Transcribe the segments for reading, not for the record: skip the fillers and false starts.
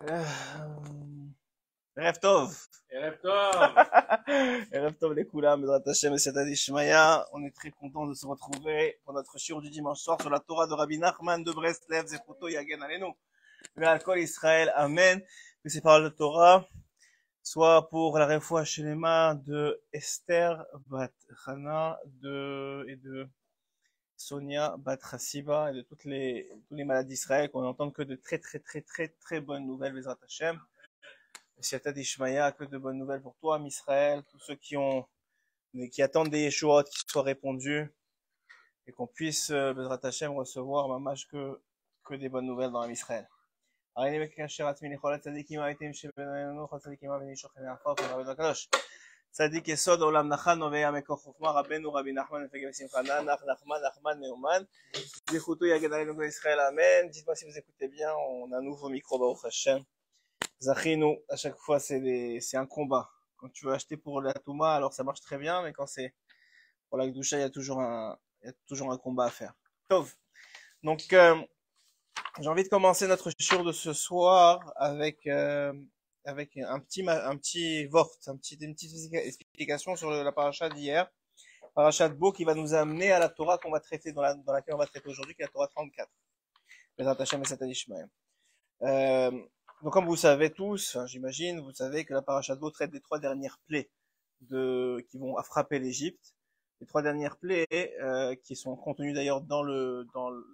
ערב טוב. ערב טוב. ערב טוב לכולם, בעזרת השם וסייעתא דשמיא. On est très content de se retrouver pour notre shiur du dimanche soir sur la Torah de Rabbi Nachman de Breslev, Zechuto Yagen Alenu. Ve'al kol Israël, Amen. Que ces paroles de Torah soient pour la refoua shelema de Esther bat Hana et de Sonia bat Hasiba et de tous les malades d'Israël, qu'on n'entende que de très bonnes nouvelles, Bezrat Hashem. Siyata d'Ishmaïa, que de bonnes nouvelles pour toi, Israël, tous ceux qui attendent des Yeshuot, qui soient répondus, et qu'on puisse, Bezrat Hashem, recevoir, mamash, que des bonnes nouvelles dans Israël. הריני מקשר עצמי לכל הצדיקים האמיתיים שבינינו, כל הצדיקים האמיתיים שוכני עפר ורבנו הקדוש. צדיק יסוד עולם נחן נובע מקור חוכמה, רבנו רבי נחמן מפגע בשמחה נחמן מאומן. זכותו יגן עלינו בישראל, אמן. Dites-moi si vous écoutez bien, on a un nouveau micro, Baruch Hashem. Zachinu, à chaque fois c'est un combat. Quand tu veux acheter pour la Touma, alors ça marche très bien, mais quand c'est pour la Gdusha, il y a toujours un combat à faire. Tov. Donc, j'ai envie de commencer notre shiur de ce soir avec un petit vort, une petite explication sur la paracha d'hier, paracha de Bo, qui va nous amener à la Torah qu'on va traiter dans laquelle on va traiter aujourd'hui, qui est la Torah 34. Bezrat Hashem et Siyata d'Ishmaïa. Donc comme vous savez tous, j'imagine, vous savez que la paracha de Bo traite des trois dernières plaies qui vont frapper l'Égypte. Les trois dernières plaies qui sont contenues d'ailleurs dans le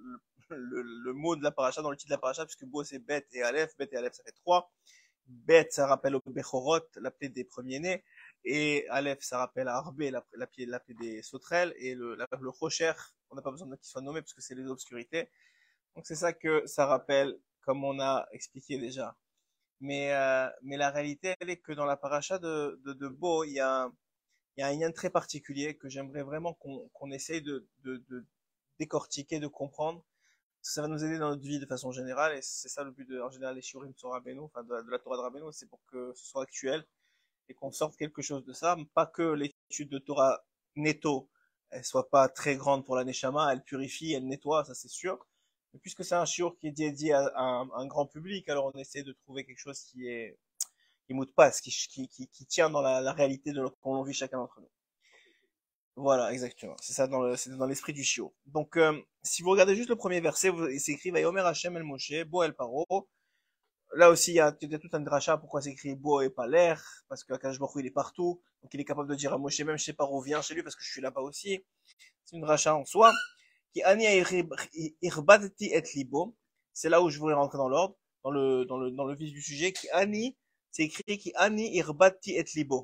mot de la paracha, dans le titre de la paracha, puisque Bo c'est Bet et Aleph ça fait trois. Bet ça rappelle au Bechorot, la plaie des premiers-nés, et Aleph ça rappelle à Arbé, la plaie des sauterelles, et le Rocher, on n'a pas besoin qu'il soit nommé parce que c'est les obscurités. Donc c'est ça que ça rappelle, comme on a expliqué déjà. Mais la réalité, elle est que dans la paracha de Bo, il y a un lien très particulier que j'aimerais vraiment qu'on essaye de décortiquer, de comprendre. Ça va nous aider dans notre vie de façon générale, et c'est ça le but en général des shiurim sur Rabbeinu, enfin de la Torah de Rabbeinu, c'est pour que ce soit actuel et qu'on sorte quelque chose de ça. Pas que l'étude de Torah netto, elle soit pas très grande pour la neshama, elle purifie, elle nettoie, ça c'est sûr. Mais puisque c'est un shiur qui est dédié à un grand public, alors on essaie de trouver quelque chose qui moute pas, qui tient dans la réalité de qu'on vit chacun d'entre nous. Voilà, exactement. C'est ça c'est dans l'esprit du shiur. Donc, si vous regardez juste le premier verset, c'est écrit Vayomer Hashem el Moshe, Bo el Paro. Là aussi, il y a tout un dracha pourquoi c'est écrit Bo et pas l'air, parce que Akadosh Baruch Hu, il est partout. Donc, il est capable de dire à Moshe, même chez Paro, viens chez lui parce que je suis là-bas aussi. C'est une dracha en soi. Qui ani irbadti et libo. C'est là où je voulais rentrer dans l'ordre, dans le vif du sujet. Qui ani, c'est écrit qui ani irbadti et libo.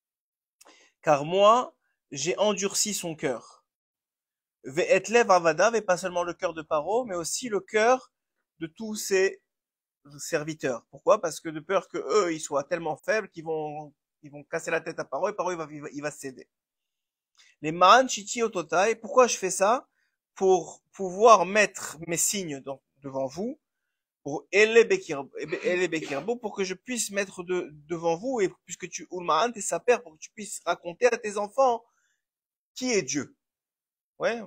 Car moi, j'ai endurci son cœur. Ve'etlev avadav, et pas seulement le cœur de Paro, mais aussi le cœur de tous ses serviteurs. Pourquoi? Parce que de peur que eux, ils soient tellement faibles qu'ils vont casser la tête à Paro, et Paro, il va céder. Les ma'an chiti ototai, pourquoi je fais ça? Pour pouvoir mettre mes signes devant vous, pour pour que je puisse mettre devant vous, et puisque tu ulma'an t'es sa père, pour que tu puisses raconter à tes enfants qui est Dieu. Ouais.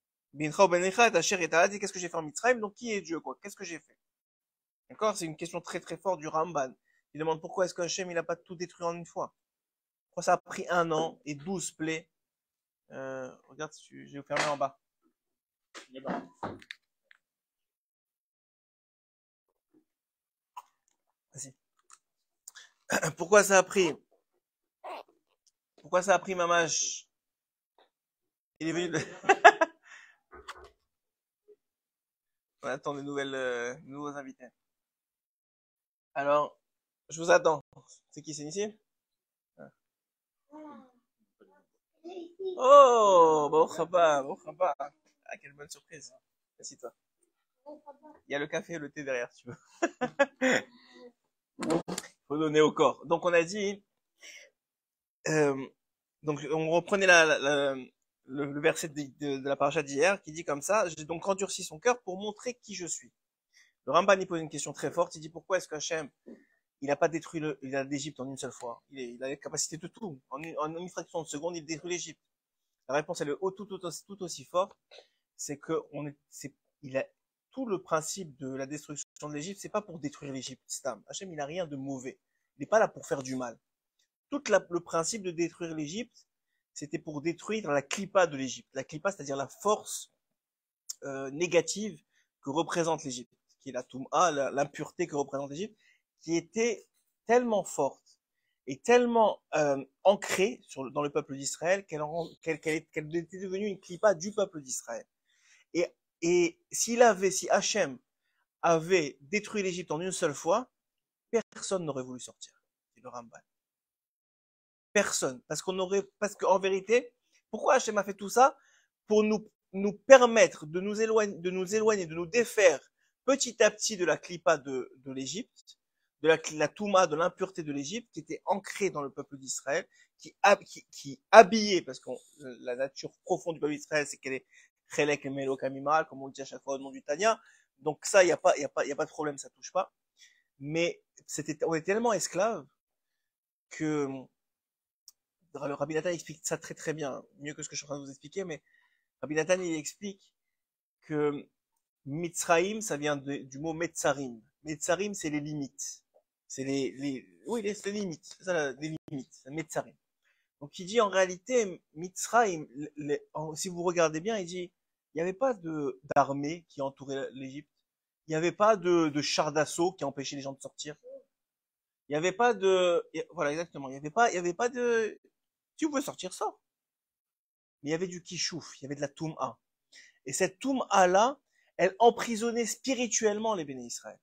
Qu'est-ce que j'ai fait en Mitzrayim? Donc qui est Dieu, quoi? Qu'est-ce que j'ai fait? D'accord? C'est une question très forte du Ramban. Il demande pourquoi est-ce qu'Hachem, il a pas tout détruit en une fois? Pourquoi ça a pris 1 an et 12 plaies? Regarde, je vais vous fermer en bas. Vas-y. Pourquoi ça a pris Mamash? Il est venu de... On attend des nouveaux invités. Alors, je vous attends. C'est qui, c'est ici? Oh, Baruch haba. Ah, quelle bonne surprise. Assis-toi. Il y a le café et le thé derrière, si tu veux. Faut donner au corps. Donc, on a dit, donc, on reprenait le verset de la paracha d'hier qui dit comme ça, j'ai donc endurci son cœur pour montrer qui je suis. Le Ramban, il pose une question très forte, il dit pourquoi est-ce qu'Hachem, il n'a pas détruit l'Égypte en une seule fois? Il a la capacité de tout. En une fraction de seconde, il détruit l'Égypte. La réponse, elle est tout aussi forte. C'est que tout le principe de la destruction de l'Égypte, c'est pas pour détruire l'Égypte. Hachem, il n'a rien de mauvais. Il n'est pas là pour faire du mal. Le principe de détruire l'Égypte, c'était pour détruire la clipa de l'Égypte. La clipa, c'est-à-dire la force négative que représente l'Égypte, qui est la Toum'a, l'impureté que représente l'Égypte, qui était tellement forte et tellement ancrée dans le peuple d'Israël qu'elle était devenue une clipa du peuple d'Israël. Et si Hachem avait détruit l'Égypte en une seule fois, personne n'aurait voulu sortir. C'est le Ramban. Personne. Parce qu'en vérité, pourquoi Hachem a fait tout ça? Pour nous permettre de nous éloigner, de nous défaire petit à petit de la clipa de l'Égypte, de la touma, de l'impureté de l'Égypte, qui était ancrée dans le peuple d'Israël, qui habillait, parce que la nature profonde du peuple d'Israël, c'est qu'elle est chelek et melo kamimal, comme on le dit à chaque fois au nom du Tanya. Donc ça, il y a pas de problème, ça touche pas. Mais on est tellement esclaves que le Rabbi Nathan explique ça très très bien, mieux que ce que je suis en train de vous expliquer, mais Rabbi Nathan, il explique que Mitzraïm, ça vient du mot Metzarim. Metzarim, c'est les limites. C'est les limites. C'est ça, les limites. C'est Metzarim. Donc, il dit en réalité, Mitzraïm, si vous regardez bien, il dit, il n'y avait pas d'armée qui entourait l'Égypte. Il n'y avait pas de chars d'assaut qui empêchaient les gens de sortir. Il n'y avait pas voilà, exactement. Il n'y avait pas de, si vous pouvez sortir, sort. Mais il y avait du kishouf, il y avait de la toum'a. Et cette toum'a-là, elle emprisonnait spirituellement les béné Israël.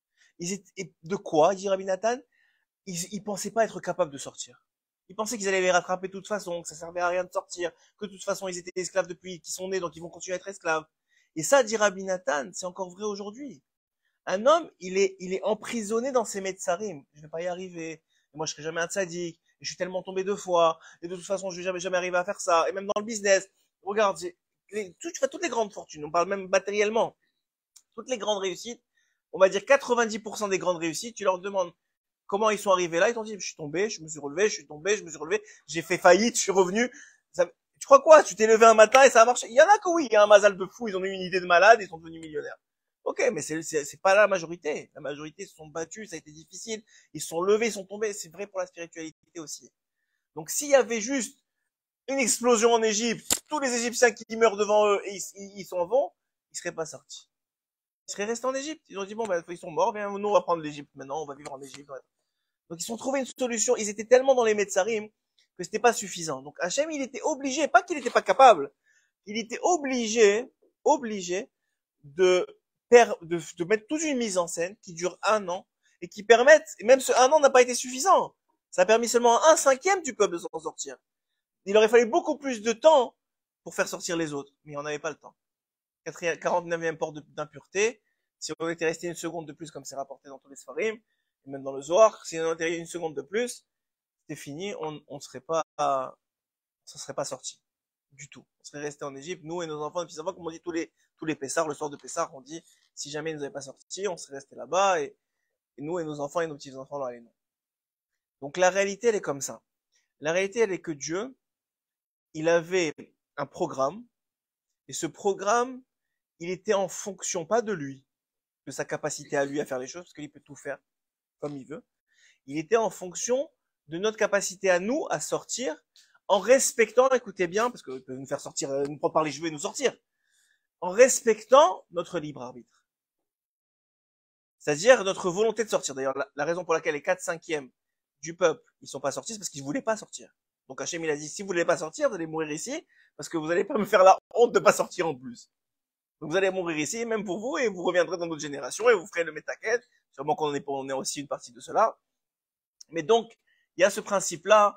De quoi, dit Rabbi Nathan? Ils pensaient pas être capables de sortir. Ils pensaient qu'ils allaient les rattraper de toute façon, que ça servait à rien de sortir, que de toute façon ils étaient esclaves depuis qu'ils sont nés, donc ils vont continuer à être esclaves. Et ça, dit Rabbi Nathan, c'est encore vrai aujourd'hui. Un homme, il est emprisonné dans ses metzarim. Je vais pas y arriver. Moi, je serai jamais un tzaddik. Je suis tellement tombé 2 fois. Et de toute façon, je vais jamais arriver à faire ça. Et même dans le business. Regarde, toutes les grandes fortunes. On parle même matériellement. Toutes les grandes réussites. On va dire 90% des grandes réussites. Tu leur demandes comment ils sont arrivés là. Ils t'ont dit, je suis tombé, je me suis relevé, je suis tombé, je me suis relevé. J'ai fait faillite, je suis revenu. Tu crois quoi? Tu t'es levé un matin et ça a marché. Il y en a que oui, il y a un mazal de fou. Ils ont eu une idée de malade et ils sont devenus millionnaires. Ok, mais c'est pas la majorité. La majorité se sont battus, ça a été difficile. Ils se sont levés, ils sont tombés. C'est vrai pour la spiritualité aussi. Donc s'il y avait juste une explosion en Égypte, tous les Égyptiens qui meurent devant eux et ils s'en vont, ils seraient pas sortis. Ils seraient restés en Égypte. Ils ont dit bon ben ils sont morts, bien nous on va prendre l'Égypte maintenant, on va vivre en Égypte. Donc ils ont trouvé une solution. Ils étaient tellement dans les Metzarim que c'était pas suffisant. Donc Hachem il était obligé, pas qu'il était pas capable, il était obligé de mettre toute une mise en scène qui dure 1 an et qui permette, et même ce 1 an n'a pas été suffisant. Ça a permis seulement à 1/5 du peuple de s'en sortir. Il aurait fallu beaucoup plus de temps pour faire sortir les autres, mais on n'avait pas le temps. 49e port d'impureté. Si on était resté une seconde de plus, comme c'est rapporté dans tous les Sfarim, et même dans le Zohar, si on était resté une seconde de plus, c'était fini, on ne serait pas sorti. Du tout. On serait resté en Égypte, nous et nos enfants, et puis ça va, comme on dit tous les Pessars, le soir de Pessar, on dit, si jamais ils nous avaient pas sortis, on serait resté là-bas, et nous et nos enfants et nos petits-enfants, là, les noms. Donc la réalité, elle est comme ça. La réalité, elle est que Dieu, il avait un programme, et ce programme, il était en fonction, pas de lui, de sa capacité à lui à faire les choses, parce qu'il peut tout faire comme il veut. Il était en fonction de notre capacité à nous à sortir, en respectant, écoutez bien, parce qu'il peut nous faire sortir, nous prendre par les cheveux et nous sortir, en respectant notre libre arbitre. C'est-à-dire notre volonté de sortir. D'ailleurs, la raison pour laquelle les 4/5 du peuple, ils sont pas sortis, c'est parce qu'ils voulaient pas sortir. Donc Hachem, il a dit, si vous voulez pas sortir, vous allez mourir ici, parce que vous allez pas me faire la honte de pas sortir en plus. Donc vous allez mourir ici, même pour vous, et vous reviendrez dans notre génération, et vous ferez le métaquette. Sûrement qu'on est aussi une partie de cela. Mais donc, il y a ce principe-là,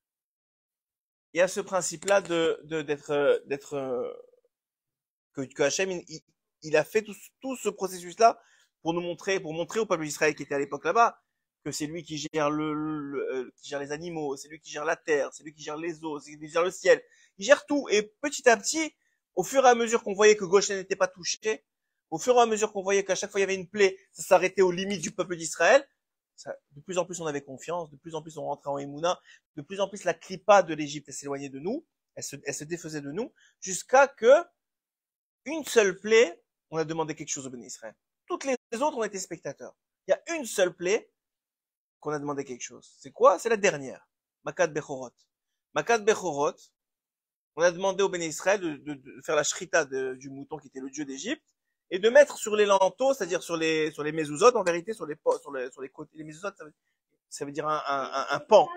que Hachem, il a fait tout ce processus-là pour montrer au peuple d'Israël qui était à l'époque là-bas, que c'est lui qui gère qui gère les animaux, c'est lui qui gère la terre, c'est lui qui gère les eaux, c'est lui qui gère le ciel. Il gère tout. Et petit à petit, au fur et à mesure qu'on voyait que Goshen n'était pas touché, au fur et à mesure qu'on voyait qu'à chaque fois il y avait une plaie, ça s'arrêtait aux limites du peuple d'Israël, de plus en plus on avait confiance, de plus en plus on rentrait en Emouna, de plus en plus la clipa de l'Égypte s'éloignait de nous, elle se défaisait de nous, jusqu'à que une seule plaie on a demandé quelque chose au Béni Israël. Toutes les autres ont été spectateurs. Il y a une seule plaie qu'on a demandé quelque chose. C'est quoi? C'est la dernière. Makat Bechorot. Makat Bechorot, on a demandé au Béni Israël de faire la shrita du mouton qui était le dieu d'Égypte et de mettre sur les lenteaux, c'est-à-dire sur les mezuzot, en vérité, sur les côtés. Les mezuzot, ça veut dire un pan.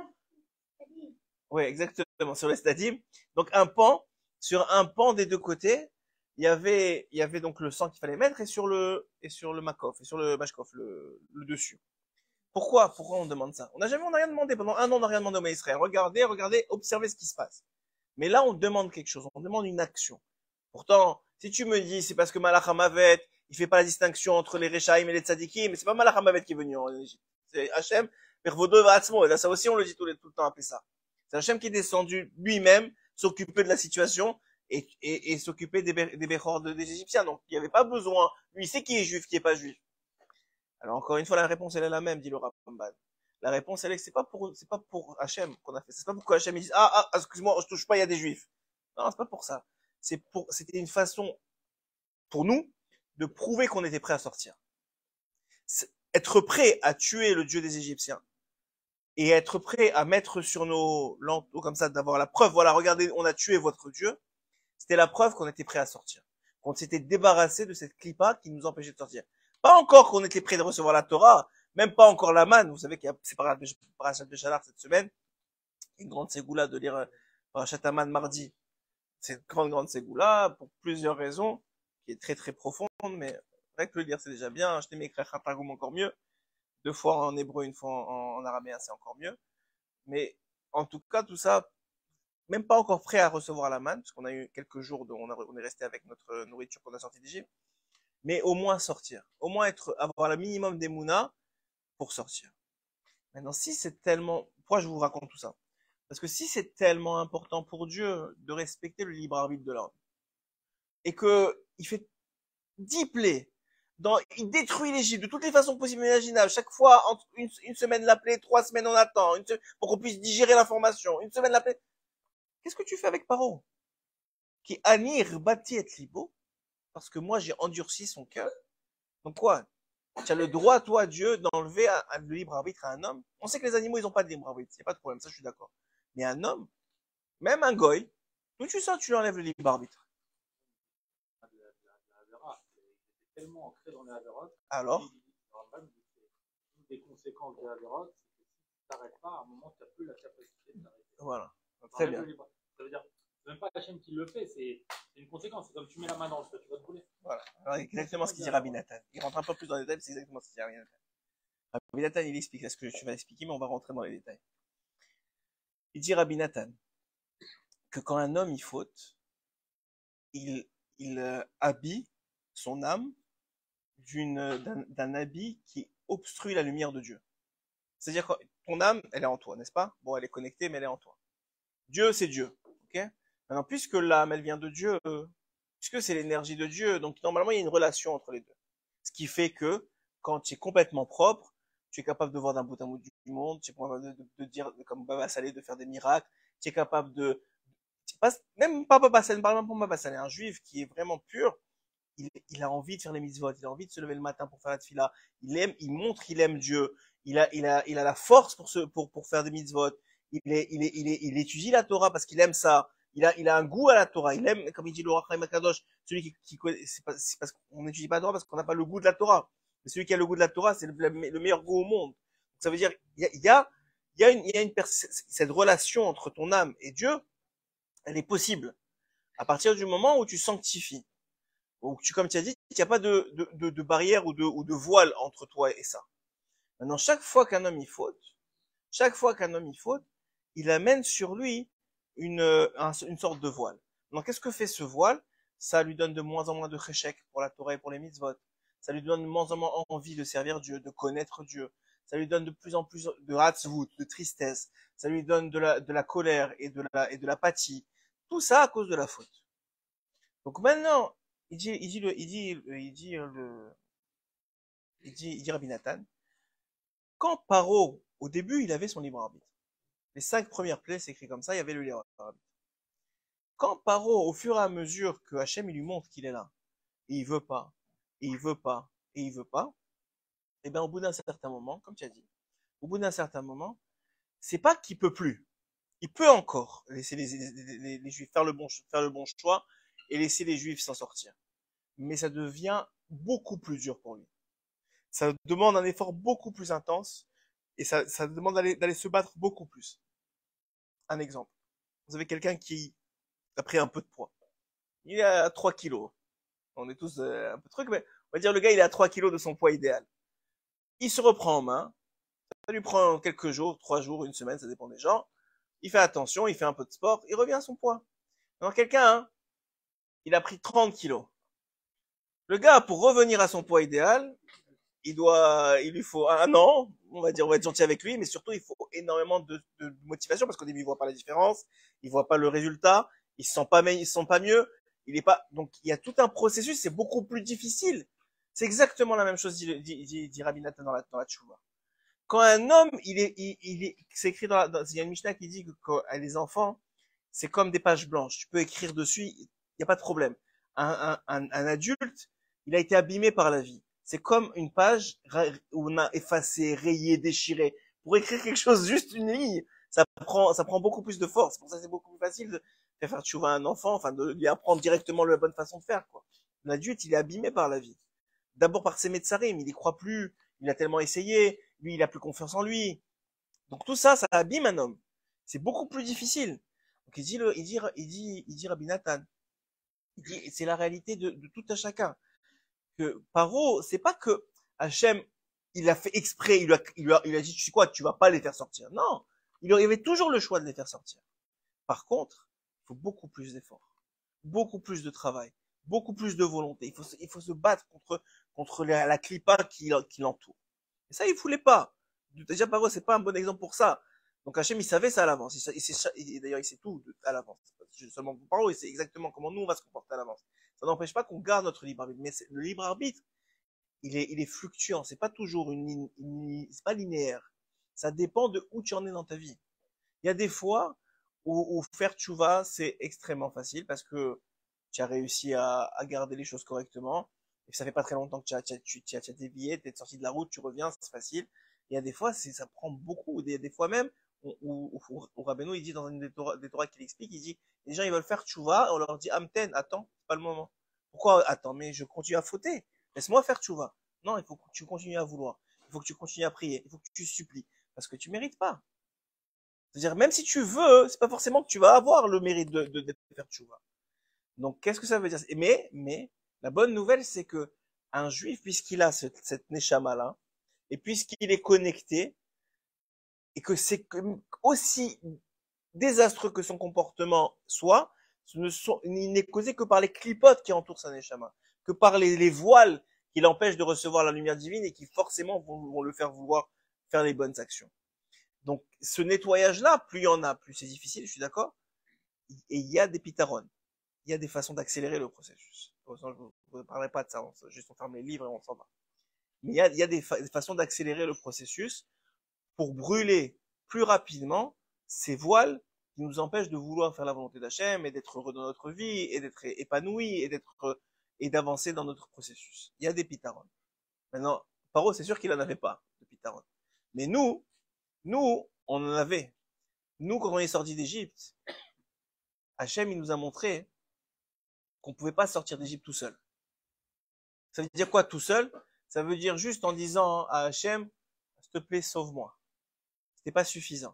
Oui, exactement, sur les stadim. Donc un pan, sur un pan des deux côtés, il y avait donc le sang qu'il fallait mettre et sur le makof, et sur le mashkof, le dessus. Pourquoi on demande ça? On n'a rien demandé. Pendant un an, on n'a rien demandé au Israël. Regardez, observez ce qui se passe. Mais là, on demande quelque chose. On demande une action. Pourtant, si tu me dis, c'est parce que Malach HaMavet, il fait pas la distinction entre les Rechaim et les Tzadikim, mais c'est pas Malach HaMavet qui est venu en Égypte. C'est Hachem, Pervodo Va'atzmo. Et là, ça aussi, on le dit tout le temps appeler ça. C'est Hachem qui est descendu lui-même, s'occuper de la situation et s'occuper des Bechor des Égyptiens. Donc, il n'y avait pas besoin. Lui, il sait qui est juif, qui est pas juif. Alors encore une fois, la réponse elle est la même, dit le Ramban. La réponse elle est que c'est pas pour Hachem qu'on a fait. C'est pas pour que Hachem dise excuse-moi, je touche pas, il y a des juifs. Non, c'est pas pour ça. C'était une façon pour nous de prouver qu'on était prêt à sortir. Être prêt à tuer le Dieu des Égyptiens et être prêt à mettre sur nos lenteaux comme ça, d'avoir la preuve. Voilà, regardez, on a tué votre Dieu. C'était la preuve qu'on était prêt à sortir, qu'on s'était débarrassé de cette clipa qui nous empêchait de sortir. Pas encore qu'on était prêt de recevoir la Torah, même pas encore la manne. Vous savez qu'il y a c'est Parashat Béchalar cette semaine, une grande ségoula de lire Parashat Haman mardi. C'est une grande ségoula pour plusieurs raisons, qui est très très profonde, mais rien que le lire c'est déjà bien. Acheter mes Targum encore mieux. 2 fois en hébreu, 1 fois en araméen, c'est encore mieux. Mais en tout cas, tout ça, même pas encore prêt à recevoir la manne, parce qu'on a eu quelques jours, on est resté avec notre nourriture qu'on a sortie d'Égypte. Mais au moins sortir, au moins avoir le minimum d'émouna pour sortir. Maintenant, si c'est tellement, pourquoi je vous raconte tout ça? Parce que si c'est tellement important pour Dieu de respecter le libre arbitre de l'homme, et que il fait 10 plaies, il détruit l'Égypte de toutes les façons possibles et imaginables, chaque fois, entre une semaine la plaie, 3 semaines on attend, pour qu'on puisse digérer l'information, une semaine la plaie. Qu'est-ce que tu fais avec Paro? Qui anir bâti et libo? Parce que moi j'ai endurci son cœur. Donc quoi? Tu as le droit, toi, Dieu, d'enlever le libre arbitre à un homme. On sait que les animaux, ils n'ont pas de libre arbitre. Il n'y a pas de problème, ça je suis d'accord. Mais un homme, même un goy, d'où tu sens, tu lui enlèves le libre arbitre. Tellement ancré dans les Averot. Alors des conséquences de l'Averot, c'est que si tu t'arrêtes pas, à un moment, tu n'as plus la capacité de t'arrêter. Voilà, très bien. Ça veut dire, c'est même pas Hachem qui le fait, c'est une conséquence. C'est comme tu mets la main dans le feu, tu vas te brûler. Voilà, alors, exactement ce qu'il dit Rabbi Nathan. Il rentre un peu plus dans les détails, c'est exactement ce qu'il dit Rabbi Nathan. Rabbi Nathan, il explique ce que tu vas expliquer, mais on va rentrer dans les détails. Il dit Rabbi Nathan que quand un homme il faute, il habille son âme d'un habit qui obstrue la lumière de Dieu. C'est-à-dire que ton âme, elle est en toi, n'est-ce pas? Bon, elle est connectée, mais elle est en toi. Dieu, c'est Dieu, ok? Maintenant, puisque l'âme, elle vient de Dieu, puisque c'est l'énergie de Dieu, donc normalement, il y a une relation entre les deux. Ce qui fait que, quand tu es complètement propre, tu es capable de voir d'un bout à bout du monde, tu es capable de dire, comme Baba Salé, de faire des miracles, tu es capable même pas Baba Salé, par exemple, Baba Salé, un juif qui est vraiment pur, il a envie de faire les mitzvot, il a envie de se lever le matin pour faire la tefila, il montre qu'il aime Dieu, il a la force pour faire des mitzvot, il étudie la Torah parce qu'il aime ça, il a un goût à la Torah, il aime, comme il dit le Rachel Makadosh, celui qui connaît, c'est parce qu'on n'étudie pas la Torah parce qu'on n'a pas le goût de la Torah. Mais celui qui a le goût de la Torah, c'est le meilleur goût au monde. Donc, ça veut dire, il y a cette relation entre ton âme et Dieu, elle est possible. À partir du moment où tu sanctifies. Donc, comme tu as dit, il n'y a pas de barrière ou de voile entre toi et ça. Maintenant, chaque fois qu'un homme il faute, il amène sur lui une sorte de voile. Donc, qu'est-ce que fait ce voile? Ça lui donne de moins en moins de cheshek pour la Torah et pour les mitzvot. Ça lui donne de moins en moins envie de servir Dieu, de connaître Dieu. Ça lui donne de plus en plus de hatzvut, de tristesse. Ça lui donne de la colère et de l'apathie. Tout ça à cause de la faute. Donc maintenant, il dit Rabbi Nathan, quand Paro, au début, il avait son libre arbitre. Les 5 premières plaies, c'est écrit comme ça, il y avait le libre arbitre. Quand Paro, au fur et à mesure que Hachem il lui montre qu'il est là, et il veut pas, et il veut pas, et bien au bout d'un certain moment, comme tu as dit, au bout d'un certain moment, c'est pas qu'il peut plus. Il peut encore laisser les Juifs faire le bon choix et laisser les Juifs s'en sortir. Mais ça devient beaucoup plus dur pour lui. Ça demande un effort beaucoup plus intense et ça demande d'aller se battre beaucoup plus. Un exemple. Vous avez quelqu'un qui a pris un peu de poids. Il est à 3 kilos. On est tous un peu truc, mais on va dire le gars il est à 3 kilos de son poids idéal. Il se reprend en main. Ça lui prend quelques jours, 3 jours, une semaine, ça dépend des gens. Il fait attention, il fait un peu de sport, il revient à son poids. Alors quelqu'un, hein, il a pris 30 kilos. Le gars, pour revenir à son poids idéal, il lui faut un an, on va être gentil avec lui, mais surtout, il faut énormément de motivation parce qu'au début, il voit pas la différence, il voit pas le résultat, il se sent pas mieux, il est pas, donc il y a tout un processus, c'est beaucoup plus difficile. C'est exactement la même chose, dit Rabbi Nathan dans la tchouva. Quand un homme, c'est écrit il y a une Mishnah qui dit que les enfants, c'est comme des pages blanches. Tu peux écrire dessus, il n'y a pas de problème. Un adulte, il a été abîmé par la vie. C'est comme une page où on a effacé, rayé, déchiré. Pour écrire quelque chose, juste une ligne, ça prend beaucoup plus de force. Pour ça, c'est beaucoup plus facile de faire tchouva à un enfant, enfin, de lui apprendre directement la bonne façon de faire, quoi. Un adulte, il est abîmé par la vie. D'abord par ses médecins, il y croit plus, il a tellement essayé, lui, il a plus confiance en lui. Donc tout ça, ça abîme un homme. C'est beaucoup plus difficile. Donc il dit Rabbi Nathan, il dit, c'est la réalité de tout un chacun. Que Paro, c'est pas que Hachem, il a fait exprès, il a dit, tu sais quoi, tu vas pas les faire sortir. Non. Il y avait toujours le choix de les faire sortir. Par contre, il faut beaucoup plus d'efforts, beaucoup plus de travail, beaucoup plus de volonté. Il faut se battre contre la clipa qui l'entoure. Et ça, il voulait pas. Déjà, Paro, c'est pas un bon exemple pour ça. Donc Hachem, il savait ça à l'avance. D'ailleurs, il sait tout à l'avance. Seulement pour Paro, il sait exactement comment nous, on va se comporter à l'avance. Ça n'empêche pas qu'on garde notre libre arbitre. Mais le libre arbitre, il est fluctuant. C'est pas toujours c'est pas linéaire. Ça dépend de où tu en es dans ta vie. Il y a des fois où faire tchouva, c'est extrêmement facile parce que tu as réussi à garder les choses correctement. Et ça fait pas très longtemps que tu as dévié, tu es sorti de la route, tu reviens, c'est facile. Il y a des fois, ça prend beaucoup. Des fois même, où Rabbeinu, il dit dans une des Torahs qu'il explique, il dit, les gens, ils veulent faire tchouva, on leur dit, Amten, attends, c'est pas le moment. Pourquoi? Attends, mais je continue à fauter. Laisse-moi faire tchouva. Non, il faut que tu continues à vouloir. Il faut que tu continues à prier. Il faut que tu supplies. Parce que tu mérites pas. C'est-à-dire, même si tu veux, c'est pas forcément que tu vas avoir le mérite de faire tchouva. Donc, qu'est-ce que ça veut dire? Mais, la bonne nouvelle, c'est que un juif, puisqu'il a cette neshama-là, et puisqu'il est connecté, et que c'est aussi désastreux que son comportement soit, il n'est causé que par les clipotes qui entourent sa neshama, que par les voiles qui l'empêchent de recevoir la lumière divine et qui forcément vont le faire vouloir faire les bonnes actions. Donc, ce nettoyage-là, plus il y en a, plus c'est difficile, je suis d'accord. Et il y a des pitarones. Il y a des façons d'accélérer le processus. Pour l'instant, je ne parlerai pas de ça. Juste on ferme les livres et on s'en va. Mais il y a des façons d'accélérer le processus pour brûler plus rapidement ces voiles qui nous empêchent de vouloir faire la volonté d'Hachem et d'être heureux dans notre vie et d'être épanoui et d'avancer dans notre processus. Il y a des pitarones. Maintenant, Paro, c'est sûr qu'il en avait pas de pitarones. Mais nous, on en avait. Nous, quand on est sorti d'Égypte, Hachem, il nous a montré qu'on pouvait pas sortir d'Égypte tout seul. Ça veut dire quoi tout seul? Ça veut dire juste en disant à Hachem, s'il te plaît, sauve-moi. C'était pas suffisant.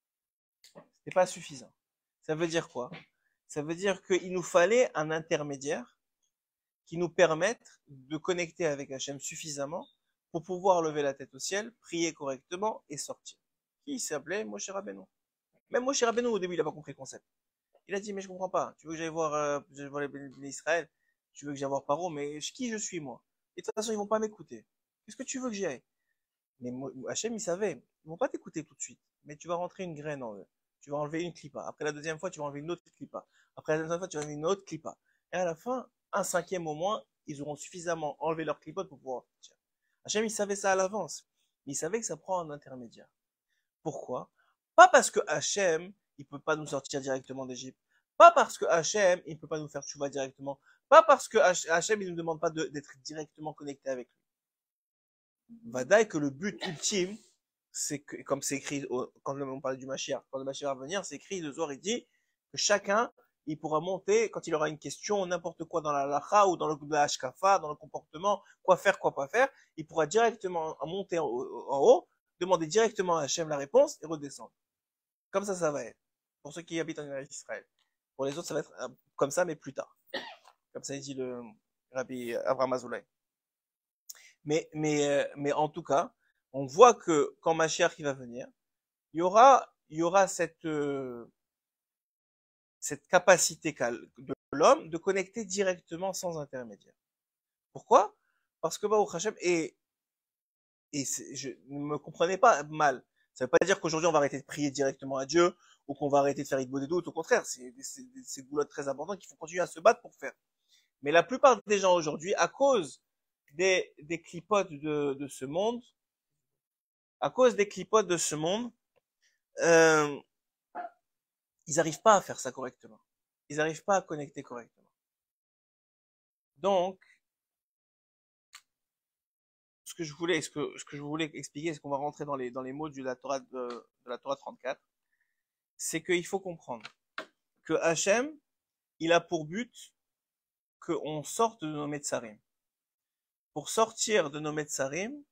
C'était pas suffisant. Ça veut dire quoi? Ça veut dire qu'il nous fallait un intermédiaire qui nous permette de connecter avec Hachem suffisamment pour pouvoir lever la tête au ciel, prier correctement et sortir. Qui s'appelait Moshe Rabbeinu. Même Moshe Rabbeinu, au début, il a pas compris le concept. Il a dit, mais je comprends pas. Tu veux que j'aille voir les bénis Israël? Tu veux que j'aille voir Paro? Mais qui je suis, moi? Et de toute façon, ils vont pas m'écouter. Qu'est-ce que tu veux que j'y aille? Mais Hachem, il savait. Ils vont pas t'écouter tout de suite. Mais tu vas rentrer une graine en eux. Tu vas enlever une clipa. Après la deuxième fois, tu vas enlever une autre clipa. Après la deuxième fois, tu vas enlever une autre clipa. Et à la fin, un cinquième au moins, ils auront suffisamment enlevé leur clipote pour pouvoir sortir. Hachem, il savait ça à l'avance. Mais il savait que ça prend un intermédiaire. Pourquoi? Pas parce que Hachem, il peut pas nous sortir directement d'Égypte. Pas parce que Hachem, il peut pas nous faire tchouva directement. Pas parce que Hachem, il ne nous demande pas d'être directement connecté avec lui. Vadaï que le but ultime, c'est que, comme c'est écrit, quand on parle du Mashiach, quand le Mashiach va venir, c'est écrit, le Zohar, il dit que chacun, il pourra monter, quand il aura une question, n'importe quoi dans la lacha ou dans le hashkafa, dans le comportement, quoi faire, quoi pas faire, il pourra directement monter en haut, demander directement à Hachem la réponse et redescendre. Comme ça va être. Pour ceux qui habitent en Israël. Pour les autres, ça va être comme ça, mais plus tard. Comme ça, il dit le Rabbi Avraham Azoulay. Mais en tout cas, on voit que quand Mashiach qui va venir, il y aura cette capacité de l'homme de connecter directement sans intermédiaire. Pourquoi? Parce que Baruch Hashem, et je ne me comprenez pas mal. Ça ne veut pas dire qu'aujourd'hui on va arrêter de prier directement à Dieu ou qu'on va arrêter de faire Idbo des doutes. Au contraire, c'est des boulots très importants qu'il faut continuer à se battre pour faire. Mais la plupart des gens aujourd'hui, à cause des clipotes de ce monde, ils n'arrivent pas à faire ça correctement. Ils n'arrivent pas à connecter correctement. Donc, ce que je voulais expliquer, c'est qu'on va rentrer dans les mots de la Torah 34, c'est qu'il faut comprendre que Hachem, il a pour but qu'on sorte de nos Metsarim. Pour sortir de nos Metsarim,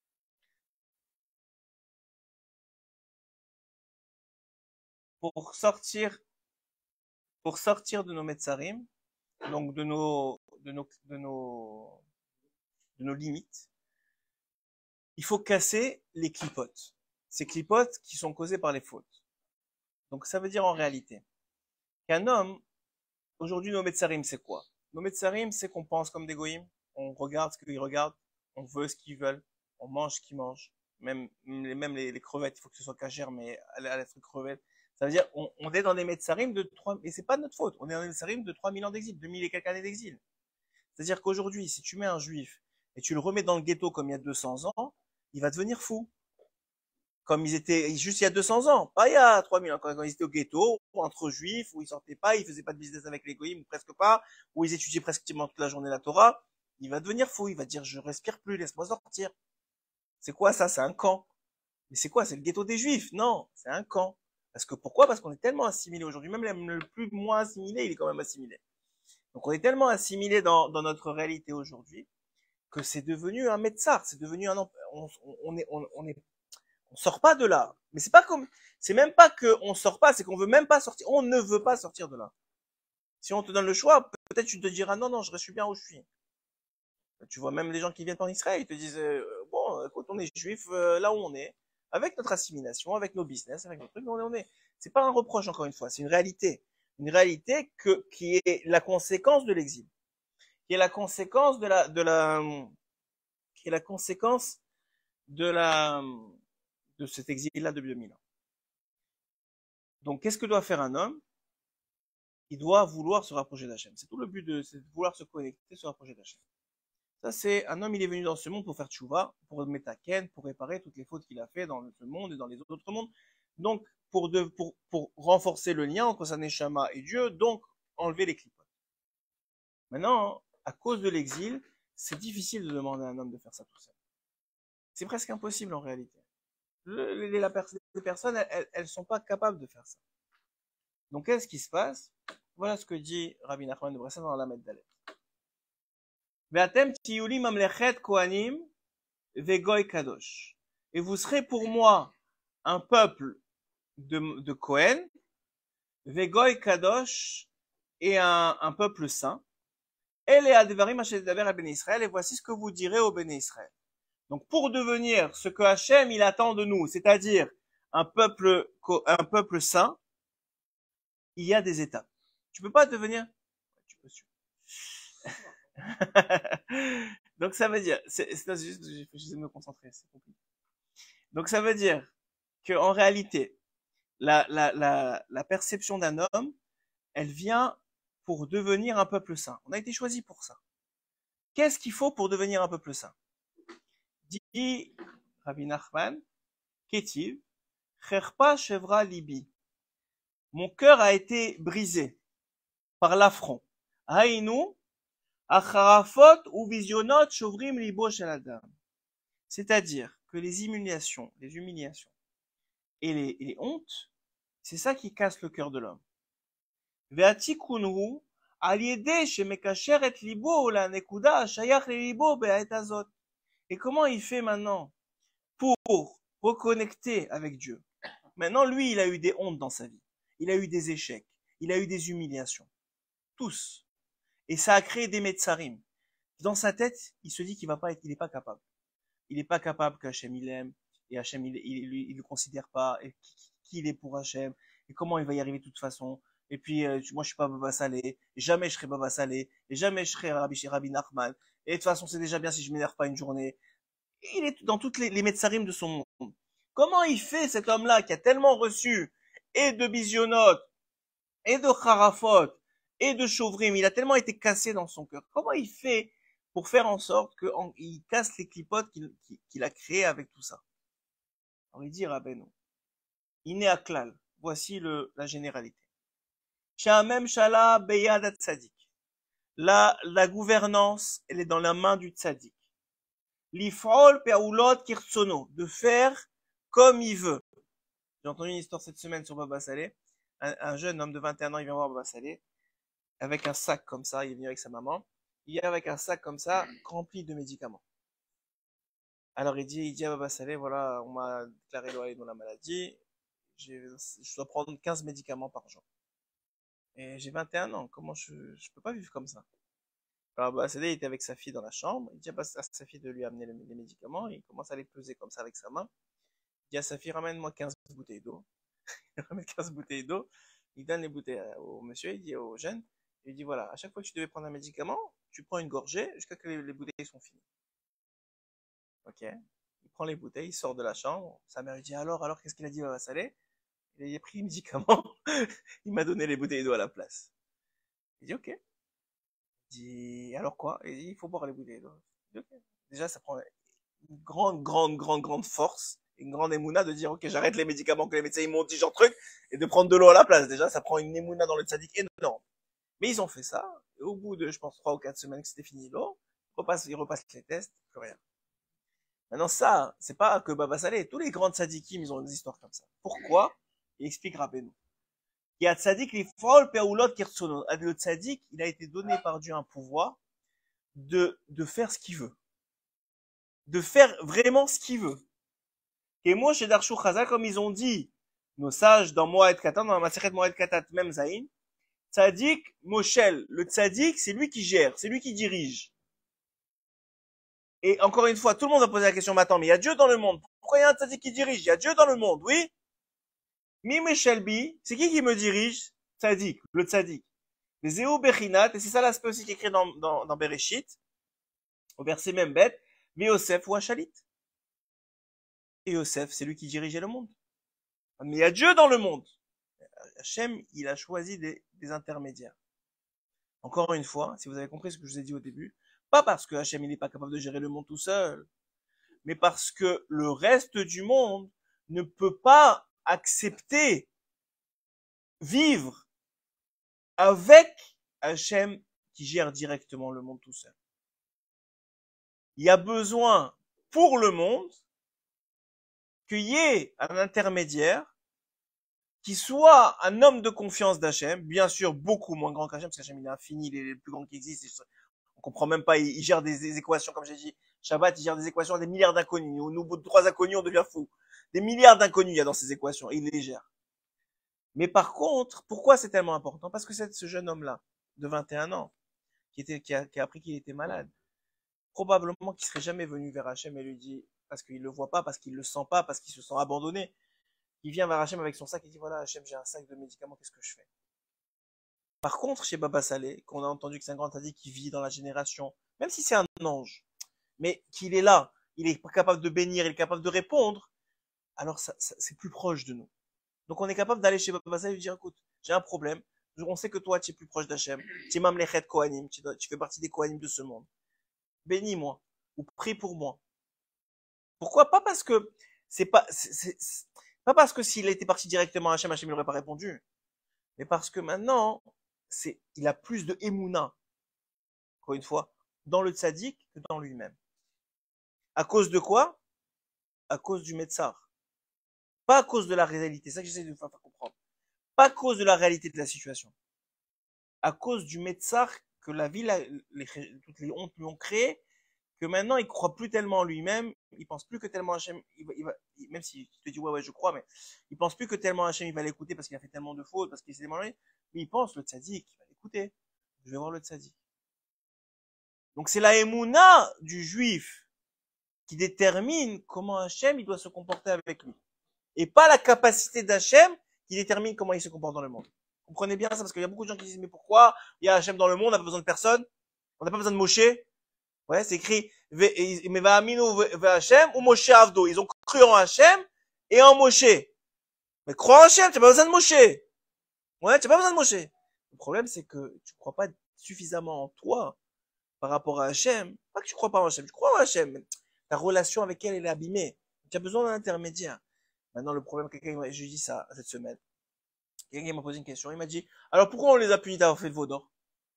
pour sortir de nos Metsarim, donc de nos limites, il faut casser les clipotes. Ces clipotes qui sont causées par les fautes. Donc ça veut dire en réalité qu'un homme, aujourd'hui nos Metsarim c'est quoi? Nos Metsarim c'est qu'on pense comme des goïms, on regarde ce qu'ils regardent, on veut ce qu'ils veulent, on mange ce qu'ils mangent, même les crevettes, il faut que ce soit cachère, mais à l'être crevette. Ça veut dire on est dans des Metsarim de 3, et c'est pas de notre faute, on est dans des Metsarim de 3000 ans d'exil, 2000 et quelques années d'exil. C'est-à-dire qu'aujourd'hui, si tu mets un juif et tu le remets dans le ghetto comme il y a 200 ans, il va devenir fou. Comme ils étaient juste il y a 200 ans, pas il y a 3000 ans, quand ils étaient au ghetto, entre juifs, où ils sortaient pas, ils faisaient pas de business avec les goïms, ou presque pas, où ils étudiaient presque toute la journée la Torah, il va devenir fou, il va dire je respire plus, laisse-moi sortir. C'est quoi ça? C'est un camp. Mais c'est quoi? C'est le ghetto des juifs? Non, c'est un camp. Parce que pourquoi? Parce qu'on est tellement assimilé aujourd'hui, même le plus moins assimilé, il est quand même assimilé. Donc on est tellement assimilé dans notre réalité aujourd'hui que c'est devenu un médecin, c'est devenu on sort pas de là. Mais c'est même pas que on sort pas, c'est qu'on veut même pas sortir, on ne veut pas sortir de là. Si on te donne le choix, peut-être tu te diras non, je suis bien où je suis. Tu vois même les gens qui viennent en Israël, ils te disent bon, écoute, on est juif là où on est, avec notre assimilation, avec nos business, avec nos trucs, on est. C'est pas un reproche encore une fois, c'est une réalité qui est la conséquence de l'exil, qui est la conséquence de cet exil-là de 2000 ans. Donc, qu'est-ce que doit faire un homme? Il doit vouloir se rapprocher d'Hachem. C'est tout le but c'est de vouloir se connecter, se rapprocher d'Hachem. Ça, c'est un homme, il est venu dans ce monde pour faire tchouva, pour mettre à Ken, pour réparer toutes les fautes qu'il a fait dans ce monde et dans les autres mondes. Donc, pour renforcer le lien entre sa neshama et Dieu, donc enlever les clipotes. Maintenant, à cause de l'exil, c'est difficile de demander à un homme de faire ça tout seul. C'est presque impossible en réalité. Les personnes, elles sont pas capables de faire ça. Donc, qu'est-ce qui se passe? Voilà ce que dit Rabbi Nachman de Bressan dans la Lamed Dalet. Ve'atem tiyuli mamlechet kohanim ve'goy kadosh. Et vous serez pour moi un peuple de Kohen, ve'goy kadosh, et un peuple saint. Et les advarim asher daber à Ben Israël, et voici ce que vous direz au Ben Israël. Donc, pour devenir ce que Hachem, il attend de nous, c'est-à-dire un peuple saint, il y a des étapes. Tu peux pas devenir, tu peux suivre. Donc, ça veut dire, c'est juste, je vais me concentrer, c'est compliqué. Donc, ça veut dire que, en réalité, la perception d'un homme, elle vient pour devenir un peuple saint. On a été choisi pour ça. Qu'est-ce qu'il faut pour devenir un peuple saint? Dit Rabbi Nachman, Ketiv, Cherpa Shevra Libi. Mon cœur a été brisé par l'affront. Haïnou, Acharafot ou visionnot shovrim libo shel adam. C'est-à-dire que les humiliations et les hontes, c'est ça qui casse le cœur de l'homme. Ve'atikunhu al yedeh shemekasher et libo la nekuda shayach le libo be'aet hazot. Et comment il fait maintenant pour reconnecter avec Dieu? Maintenant, lui, il a eu des hontes dans sa vie. Il a eu des échecs. Il a eu des humiliations. Tous. Et ça a créé des metsarim. Dans sa tête, il se dit qu'il n'est pas capable. Il n'est pas capable qu'Hachem il aime, et Hachem il le considère pas, et qui il est pour Hachem, et comment il va y arriver de toute façon. Et puis, moi je suis pas Baba Saleh, et jamais je serai Baba Saleh, et jamais je serai Rabbi Nachman, et de toute façon c'est déjà bien si je m'énerve pas une journée. Et il est dans toutes les metsarim de son monde. Comment il fait cet homme-là qui a tellement reçu, et de bisionotes, et de charafot, et de chauvrim, il a tellement été cassé dans son cœur. Comment il fait pour faire en sorte qu'il casse les clipotes qu'il a créées avec tout ça? Alors il dit Rabbeinu, Iné Aklal, voici la généralité. Shamem Shala Beyad Tzadik. La gouvernance, elle est dans la main du Tzadik. L'ifrol Peaulot Kirtsono, de faire comme il veut. J'ai entendu une histoire cette semaine sur Baba Saleh. Un jeune homme de 21 ans, il vient voir Baba Saleh avec un sac comme ça, il est venu avec sa maman. Il est avec un sac comme ça, rempli de médicaments. Alors il dit à Baba Saleh, voilà, on m'a déclaré loyer dans la maladie, je dois prendre 15 médicaments par jour. Et j'ai 21 ans, comment je peux pas vivre comme ça? Alors Baba Saleh était avec sa fille dans la chambre, il dit à sa fille de lui amener les médicaments, il commence à les peser comme ça avec sa main. Il dit à sa fille, ramène-moi 15 bouteilles d'eau. Il ramène 15 bouteilles d'eau, il donne les bouteilles au monsieur, il dit au jeune, il dit voilà, à chaque fois que tu devais prendre un médicament, tu prends une gorgée jusqu'à ce que les bouteilles sont finies. Ok. Il prend les bouteilles, il sort de la chambre. Sa mère lui dit alors, qu'est-ce qu'il a dit Baba Saleh? Il a pris les médicaments. Il m'a donné les bouteilles d'eau à la place. Il dit ok. Il dit alors quoi? Il dit il faut boire les bouteilles d'eau. Il dit ok. Déjà, ça prend une grande force, une grande émouna de dire ok, j'arrête les médicaments que les médecins ils m'ont dit, genre truc, et de prendre de l'eau à la place. Déjà, ça prend une émouna dans le tzaddik énorme. Mais ils ont fait ça. Et au bout de, je pense, 3 ou 4 semaines que c'était fini l'eau, ils repassent les tests, plus rien. Maintenant, ça, c'est pas que Baba Saleh, tous les grands tzadikim, ils ont des histoires comme ça. Pourquoi? Il explique Rabbeinu. Il y a tzadik, les frol, peoulot, kirtsono. Le tzadik, il a été donné par Dieu un pouvoir de faire ce qu'il veut. De faire vraiment ce qu'il veut. Et moi, chez Darshu Chazal, comme ils ont dit, nos sages dans Moed Katan, dans la Masechet Moed Katat, même Zayin, tzadik, Moshel, le tzadik, c'est lui qui gère, c'est lui qui dirige. Et encore une fois, tout le monde va poser la question, mais attends, mais il y a Dieu dans le monde. Pourquoi il y a un tzadik qui dirige? Il y a Dieu dans le monde, oui? Mime Shelby, c'est qui me dirige? Tzadik, le tzadik. Les Zéou Bechinat, et c'est ça l'aspect aussi qui est écrit dans Bereshit, au verset même bête, mais Yosef ou Achalit. Et Yosef, c'est lui qui dirigeait le monde. Mais il y a Dieu dans le monde. Hachem, il a choisi des intermédiaires. Encore une fois, si vous avez compris ce que je vous ai dit au début, pas parce que Hachem, il n'est pas capable de gérer le monde tout seul, mais parce que le reste du monde ne peut pas accepter vivre avec Hachem qui gère directement le monde tout seul. Il y a besoin pour le monde qu'il y ait un intermédiaire qui soit un homme de confiance d'Hachem, bien sûr beaucoup moins grand qu'Hachem, parce qu'Hachem il est infini, il est le plus grand qui existe, on comprend même pas, il gère des équations, comme j'ai dit, Shabbat, il gère des équations à des milliards d'inconnus, au bout de 3 inconnus, on devient fou. Des milliards d'inconnus il y a dans ces équations, et il les gère. Mais par contre, pourquoi c'est tellement important? Parce que c'est ce jeune homme-là, de 21 ans, qui a appris qu'il était malade, probablement qu'il serait jamais venu vers Hachem et lui dit, parce qu'il le voit pas, parce qu'il le sent pas, parce qu'il se sent abandonné, il vient vers Hachem avec son sac et dit voilà Hachem, j'ai un sac de médicaments, qu'est-ce que je fais? Par contre, chez Baba Saleh, qu'on a entendu que c'est un grand tzaddik qui vit dans la génération, même si c'est un ange, mais qu'il est là, il est capable de bénir, il est capable de répondre, alors c'est plus proche de nous. Donc on est capable d'aller chez Baba Saleh et lui dire écoute, j'ai un problème, on sait que toi tu es plus proche d'Hachem, tu es Mamlechet Kohanim, tu fais partie des Kohanim de ce monde. Bénis-moi, ou prie pour moi. Pourquoi? Pas parce que pas parce que s'il était parti directement à Hachem, Hachem n'aurait pas répondu, mais parce que maintenant, il a plus de émouna encore une fois, dans le tzaddik que dans lui-même. À cause de quoi? À cause du Metzar. Pas à cause de la réalité. C'est ça que j'essaie de vous faire comprendre. Pas à cause de la réalité de la situation. À cause du Metzar que la vie, toutes les hontes lui ont créé, que maintenant il croit plus tellement en lui-même, il pense plus que tellement Hachem, même s'il te dit ouais je crois, mais il pense plus que tellement Hachem il va l'écouter parce qu'il a fait tellement de fautes, parce qu'il s'est demandé, mais il pense le tzaddik, il va l'écouter. Je vais voir le tzaddik. Donc c'est la émouna du juif qui détermine comment Hachem il doit se comporter avec lui. Et pas la capacité d'Hachem qui détermine comment il se comporte dans le monde. Vous comprenez bien ça? Parce qu'il y a beaucoup de gens qui disent, mais pourquoi il y a Hachem dans le monde, on n'a pas besoin de personne? On n'a pas besoin de Moshe? Ouais, c'est écrit, mais va aminu Hachem ou Moshe Avdo. Ils ont cru en Hachem et en Moshe. Mais crois en Hachem, tu n'as pas besoin de Moshe. Ouais, tu n'as pas besoin de Moshe. Le problème, c'est que tu ne crois pas suffisamment en toi par rapport à Hachem. Pas que tu ne crois pas en Hachem, tu crois en Hachem. Mais ta relation avec elle est abîmée. Tu as besoin d'un intermédiaire. Maintenant, le problème, je dis ça cette semaine. Quelqu'un m'a posé une question. Il m'a dit, alors pourquoi on les a punis d'avoir fait le veau d'or?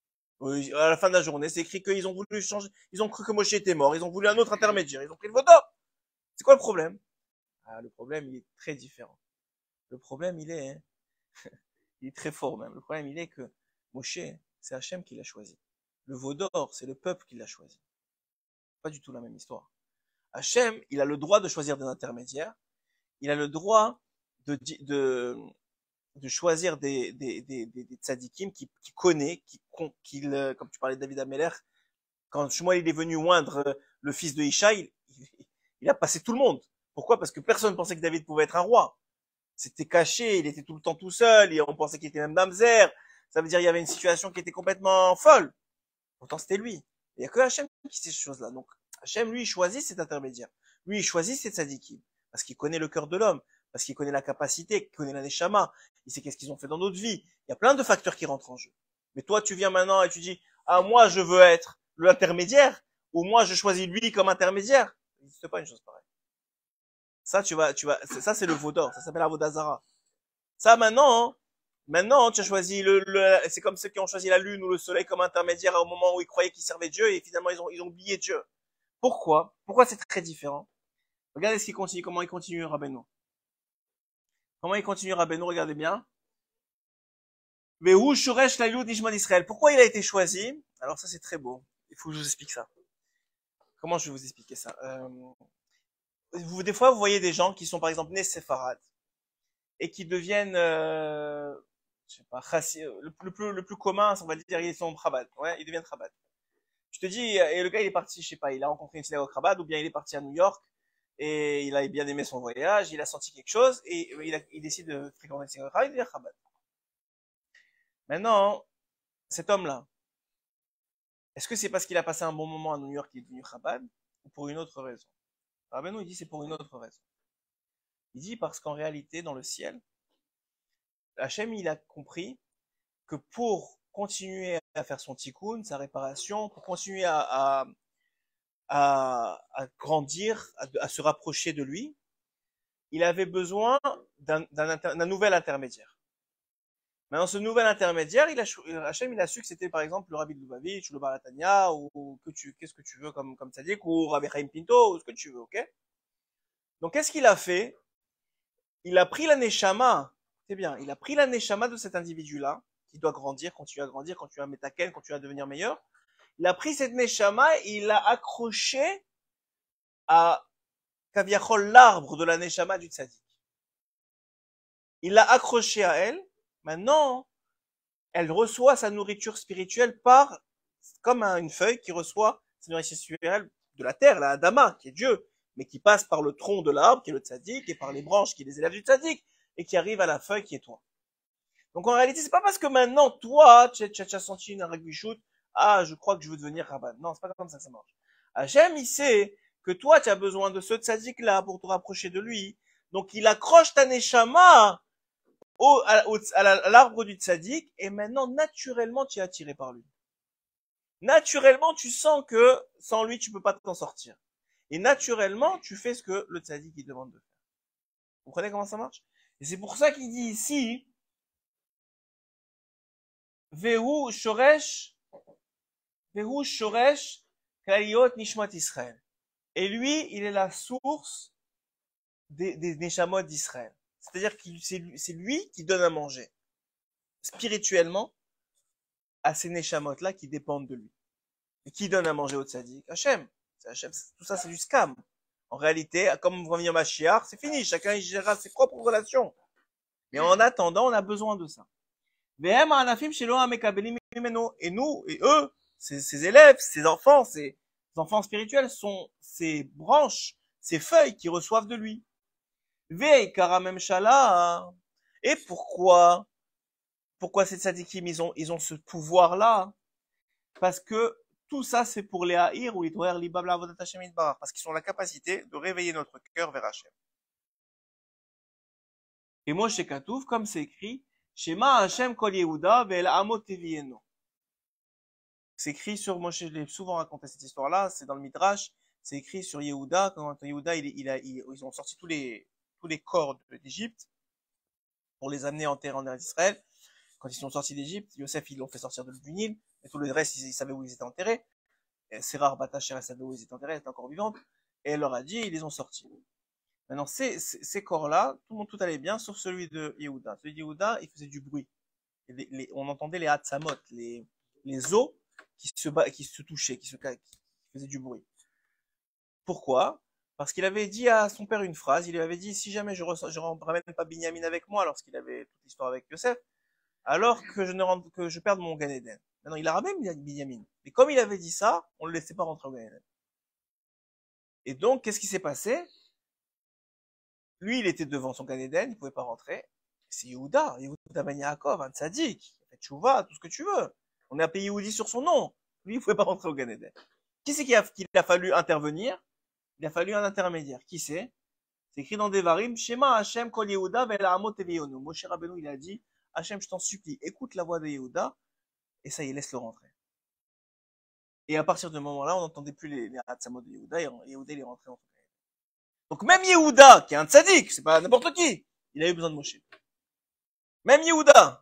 À la fin de la journée, c'est écrit qu'ils ont voulu changer, ils ont cru que Moshe était mort, ils ont voulu un autre intermédiaire, ils ont pris le veau d'or. C'est quoi le problème? Ah, le problème, il est très différent. Le problème, il est très fort même. Le problème, il est que Moshe, c'est Hachem qui l'a choisi. Le veau d'or, c'est le peuple qui l'a choisi. Pas du tout la même histoire. Hachem, il a le droit de choisir des intermédiaires, il a le droit de choisir des tzadikim qui connaît, comme tu parlais de David Ameller, quand Shmuel il est venu oindre le fils de Isha, il a passé tout le monde. Pourquoi? Parce que personne pensait que David pouvait être un roi. C'était caché, il était tout le temps tout seul, et on pensait qu'il était même Mamzer. Ça veut dire qu'il y avait une situation qui était complètement folle. Pourtant, c'était lui. Il n'y a que Hachem qui sait ces choses-là. Donc, Hachem, lui, il choisit cet intermédiaire. Lui, il choisit cet tzadikim. Parce qu'il connaît le cœur de l'homme. Parce qu'il connaît la capacité, qu'il connaît la neshama. Il sait qu'est-ce qu'ils ont fait dans notre vie. Il y a plein de facteurs qui rentrent en jeu. Mais toi, tu viens maintenant et tu dis, ah, moi, je veux être l'intermédiaire, ou moi, je choisis lui comme intermédiaire. Il n'existe pas une chose pareille. Ça, ça, c'est le veau d'or. Ça s'appelle la Vodazara. Ça, maintenant, tu as choisi c'est comme ceux qui ont choisi la lune ou le soleil comme intermédiaire au moment où ils croyaient qu'ils servaient Dieu et finalement ils ont oublié Dieu. Pourquoi? Pourquoi c'est très différent? Regardez ce qu'il continue, comment il continue Rabbeinu. Comment il continue Rabbeinu, regardez bien. Vehu Shoresh Lailud Nishmat Israël. Pourquoi il a été choisi? Alors ça c'est très beau. Il faut que je vous explique ça. Comment je vais vous expliquer ça? Des fois vous voyez des gens qui sont par exemple nés séfarades et qui deviennent je sais pas, le plus commun, on va dire, ils sont Chabad. Ouais, ils deviennent Chabad. Je te dis, et le gars, il est parti, je sais pas, il a rencontré une synagogue Chabad, ou bien il est parti à New York, et il a bien aimé son voyage, il a senti quelque chose, et il décide de fréquenter une synagogue Chabad, il devient Chabad. Maintenant, cet homme-là, est-ce que c'est parce qu'il a passé un bon moment à New York qu'il est devenu Chabad, ou pour une autre raison? Rabbeinu, il dit c'est pour une autre raison. Il dit parce qu'en réalité, dans le ciel, Hachem, il a compris que pour continuer à faire son tikkun, sa réparation, pour continuer à grandir, à se rapprocher de lui, il avait besoin d'un nouvel intermédiaire. Maintenant, ce nouvel intermédiaire, Hachem, il a su que c'était par exemple le Rabbi de Lubavitch, ou le Baratania, ou qu'est-ce que tu veux comme tzaddik, ou Rabbi Chaim Pinto, ou ce que tu veux, ok? Donc, qu'est-ce qu'il a fait? Il a pris la neshama, c'est bien, il a pris la neshama de cet individu-là, qui doit grandir, continuer à grandir, continuer à metaken, continuer à devenir meilleur. Il a pris cette neshama et il l'a accroché à Kaviachol, l'arbre de la neshama du tzaddik. Il l'a accroché à elle. Maintenant, elle reçoit sa nourriture spirituelle comme une feuille qui reçoit sa nourriture spirituelle de la terre, la Adama, qui est Dieu, mais qui passe par le tronc de l'arbre, qui est le tzaddik, et par les branches, qui est les élèves du tzaddik, et qui arrive à la feuille qui est toi. Donc en réalité, c'est pas parce que maintenant, toi, tu as senti une raguichoute, ah, je crois que je veux devenir rabbin. Non, c'est pas comme ça que ça marche. Hachem, il sait que toi, tu as besoin de ce tzaddik-là pour te rapprocher de lui. Donc il accroche ta neshama à l'arbre du tzaddik, et maintenant, naturellement, tu es attiré par lui. Naturellement, tu sens que sans lui, tu peux pas t'en sortir. Et naturellement, tu fais ce que le tzaddik il demande de faire. Vous comprenez comment ça marche? Et c'est pour ça qu'il dit ici, Vehu Shoresh, Pehu Shoresh Kaliot Nishmat Israël. Et lui, il est la source des Neshamot d'Israël. C'est-à-dire que c'est lui qui donne à manger, spirituellement, à ces Neshamot-là qui dépendent de lui. Et qui donne à manger au tzaddik? Hachem. Hachem. Tout ça, c'est du scam. En réalité, comme va venir Mashiach, c'est fini. Chacun y gérera ses propres relations. Mais en attendant, on a besoin de ça. Et nous, et eux, ces élèves, ces enfants spirituels sont ces branches, ces feuilles qui reçoivent de lui. Et pourquoi ces tzadikim, ils ont ce pouvoir-là? Parce que tout ça, c'est pour les haïr ou les toer libabla avodat Hashem yitbarach, parce qu'ils ont la capacité de réveiller notre cœur vers Hashem. Et moi, chez Katouf, comme c'est écrit, Shema Hashem kol Yehuda ve'el amot tevieno. C'est écrit sur, moi, je l'ai souvent raconté cette histoire-là, c'est dans le Midrash, c'est écrit sur Yehuda, quand Yehuda, ils ont sorti tous les corps d'Égypte pour les amener en terre en Israël. Quand ils sont sortis d'Égypte, Yosef, ils l'ont fait sortir du Nil, et tout le reste, ils savaient où ils étaient enterrés. C'est rare, Batacher, elle savait où ils étaient enterrés, elle était encore vivante, et elle leur a dit, ils les ont sortis. Maintenant, ces corps-là, tout allait bien, sauf celui de Yehuda. Celui de Yehuda, il faisait du bruit. On entendait les hatsamot, les os qui se touchaient, qui faisaient du bruit. Pourquoi? Parce qu'il avait dit à son père une phrase, il lui avait dit, si jamais je ramène pas Binyamin avec moi, lorsqu'il avait toute l'histoire avec Yosef, alors que je perde mon Gan Eden. Maintenant, il a ramené Binyamin. Mais comme il avait dit ça, on ne le laissait pas rentrer au Gan Eden. Et donc, qu'est-ce qui s'est passé? Lui, il était devant son Gan Eden, il pouvait pas rentrer. C'est Yehuda Ben Yaakov, un tzaddik, il a fait tchouva, tout ce que tu veux. On a appelé Yehudi sur son nom. Lui, il pouvait pas rentrer au Gan Eden. Qui c'est qu'il a fallu intervenir? Il a fallu un intermédiaire. Qui c'est? C'est écrit dans Devarim, Shema Hashem kol Yehuda ve'el amot tevionu. Moshe Rabbeinu, il a dit, Hashem, je t'en supplie, écoute la voix de Yehuda, et ça y est, laisse-le rentrer. Et à partir de ce moment-là, on n'entendait plus les Hatzamot de Yehuda, et Yehuda, il est rentré en tout cas. Donc même Yehuda, qui est un tzaddik, c'est pas n'importe qui, il a eu besoin de Moshe. Même Yehuda.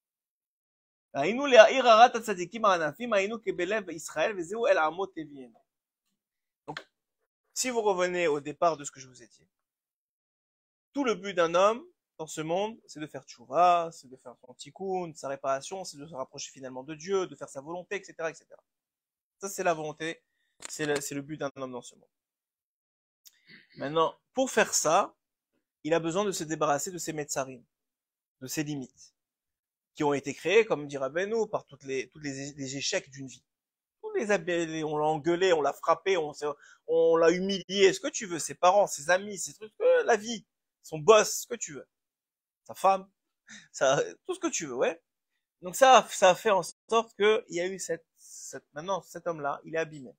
Donc, si vous revenez au départ de ce que je vous ai dit, tout le but d'un homme dans ce monde, c'est de faire tchouva, c'est de faire son tikkun, sa réparation, c'est de se rapprocher finalement de Dieu, de faire sa volonté, etc., etc. Ça, c'est la volonté, c'est le but d'un homme dans ce monde. Maintenant, pour faire ça, il a besoin de se débarrasser de ses metzarim, de ses limites, qui ont été créées, comme dit Rabbeinu, par tous les échecs d'une vie. Tous les abels, on l'a engueulé, on l'a frappé, on l'a humilié, ce que tu veux, ses parents, ses amis, ses trucs, la vie, son boss, ce que tu veux, sa femme, tout ce que tu veux, ouais. Donc ça a fait en sorte que il y a eu maintenant cet homme-là, il est abîmé.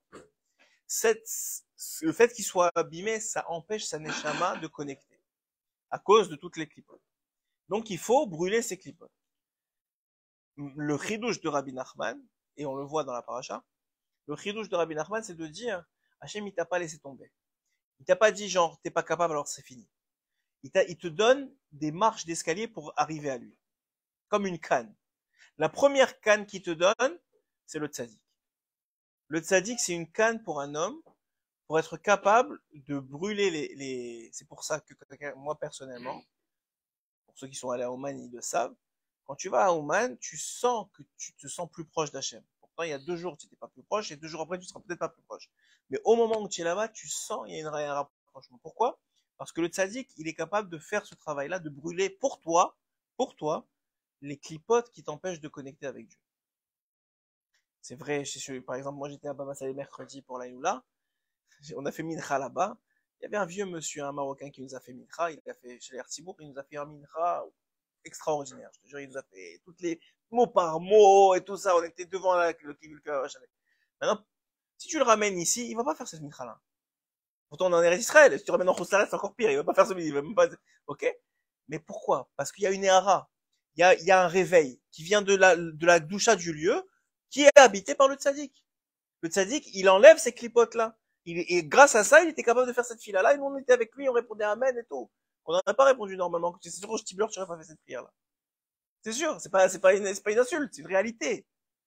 Le fait qu'il soit abîmé, ça empêche sa neshama de connecter, à cause de toutes les clipotes. Donc il faut brûler ces clipotes. Le chidouche de Rabbi Nachman, et on le voit dans la paracha, le chidouche de Rabbi Nachman, c'est de dire, Hachem, il t'a pas laissé tomber. Il t'a pas dit genre, t'es pas capable, alors c'est fini. Il te donne des marches d'escalier pour arriver à lui. Comme une canne. La première canne qu'il te donne, c'est le tzaddik. Le tzaddik, c'est une canne pour un homme, pour être capable de brûler c'est pour ça que moi, personnellement, pour ceux qui sont allés à Ouman, ils le savent, quand tu vas à Ouman, tu sens que tu te sens plus proche d'Hachem. Pourtant, il y a 2 jours, tu n'étais pas plus proche, et 2 jours après, tu seras peut-être pas plus proche. Mais au moment où tu es là-bas, tu sens qu'il y a un rapprochement. Pourquoi? Parce que le tzaddik, il est capable de faire ce travail-là, de brûler pour toi, les clipotes qui t'empêchent de connecter avec Dieu. C'est vrai, par exemple, moi j'étais à Baba Salé mercredi pour la Youla, on a fait mincha là-bas, il y avait un vieux monsieur, un Marocain qui nous a fait mincha, il a fait chez les Artibourg, il nous a fait un mincha extraordinaire, je te jure, il nous a fait toutes les mots par mot et tout ça, on était devant le Kivul Chalet. Maintenant, si tu le ramènes ici, il va pas faire cette mincha-là. Pourtant, on en est Israël, si tu le ramènes en Khoussalat, c'est encore pire, il va pas faire ce mincha, il va même pas, ok? Mais pourquoi? Parce qu'il y a une éhara, il y a un réveil qui vient de la doucha du lieu, qui est habité par le tzaddik. Le tzaddik, il enlève ces clipotes-là. Et grâce à ça, il était capable de faire cette fila-là, et nous, on était avec lui, on répondait Amen et tout. On n'aurait pas répondu normalement. C'est sûr, je t'ibleure, tu n'aurais pas fait cette prière-là. C'est sûr, c'est pas une insulte, c'est une réalité.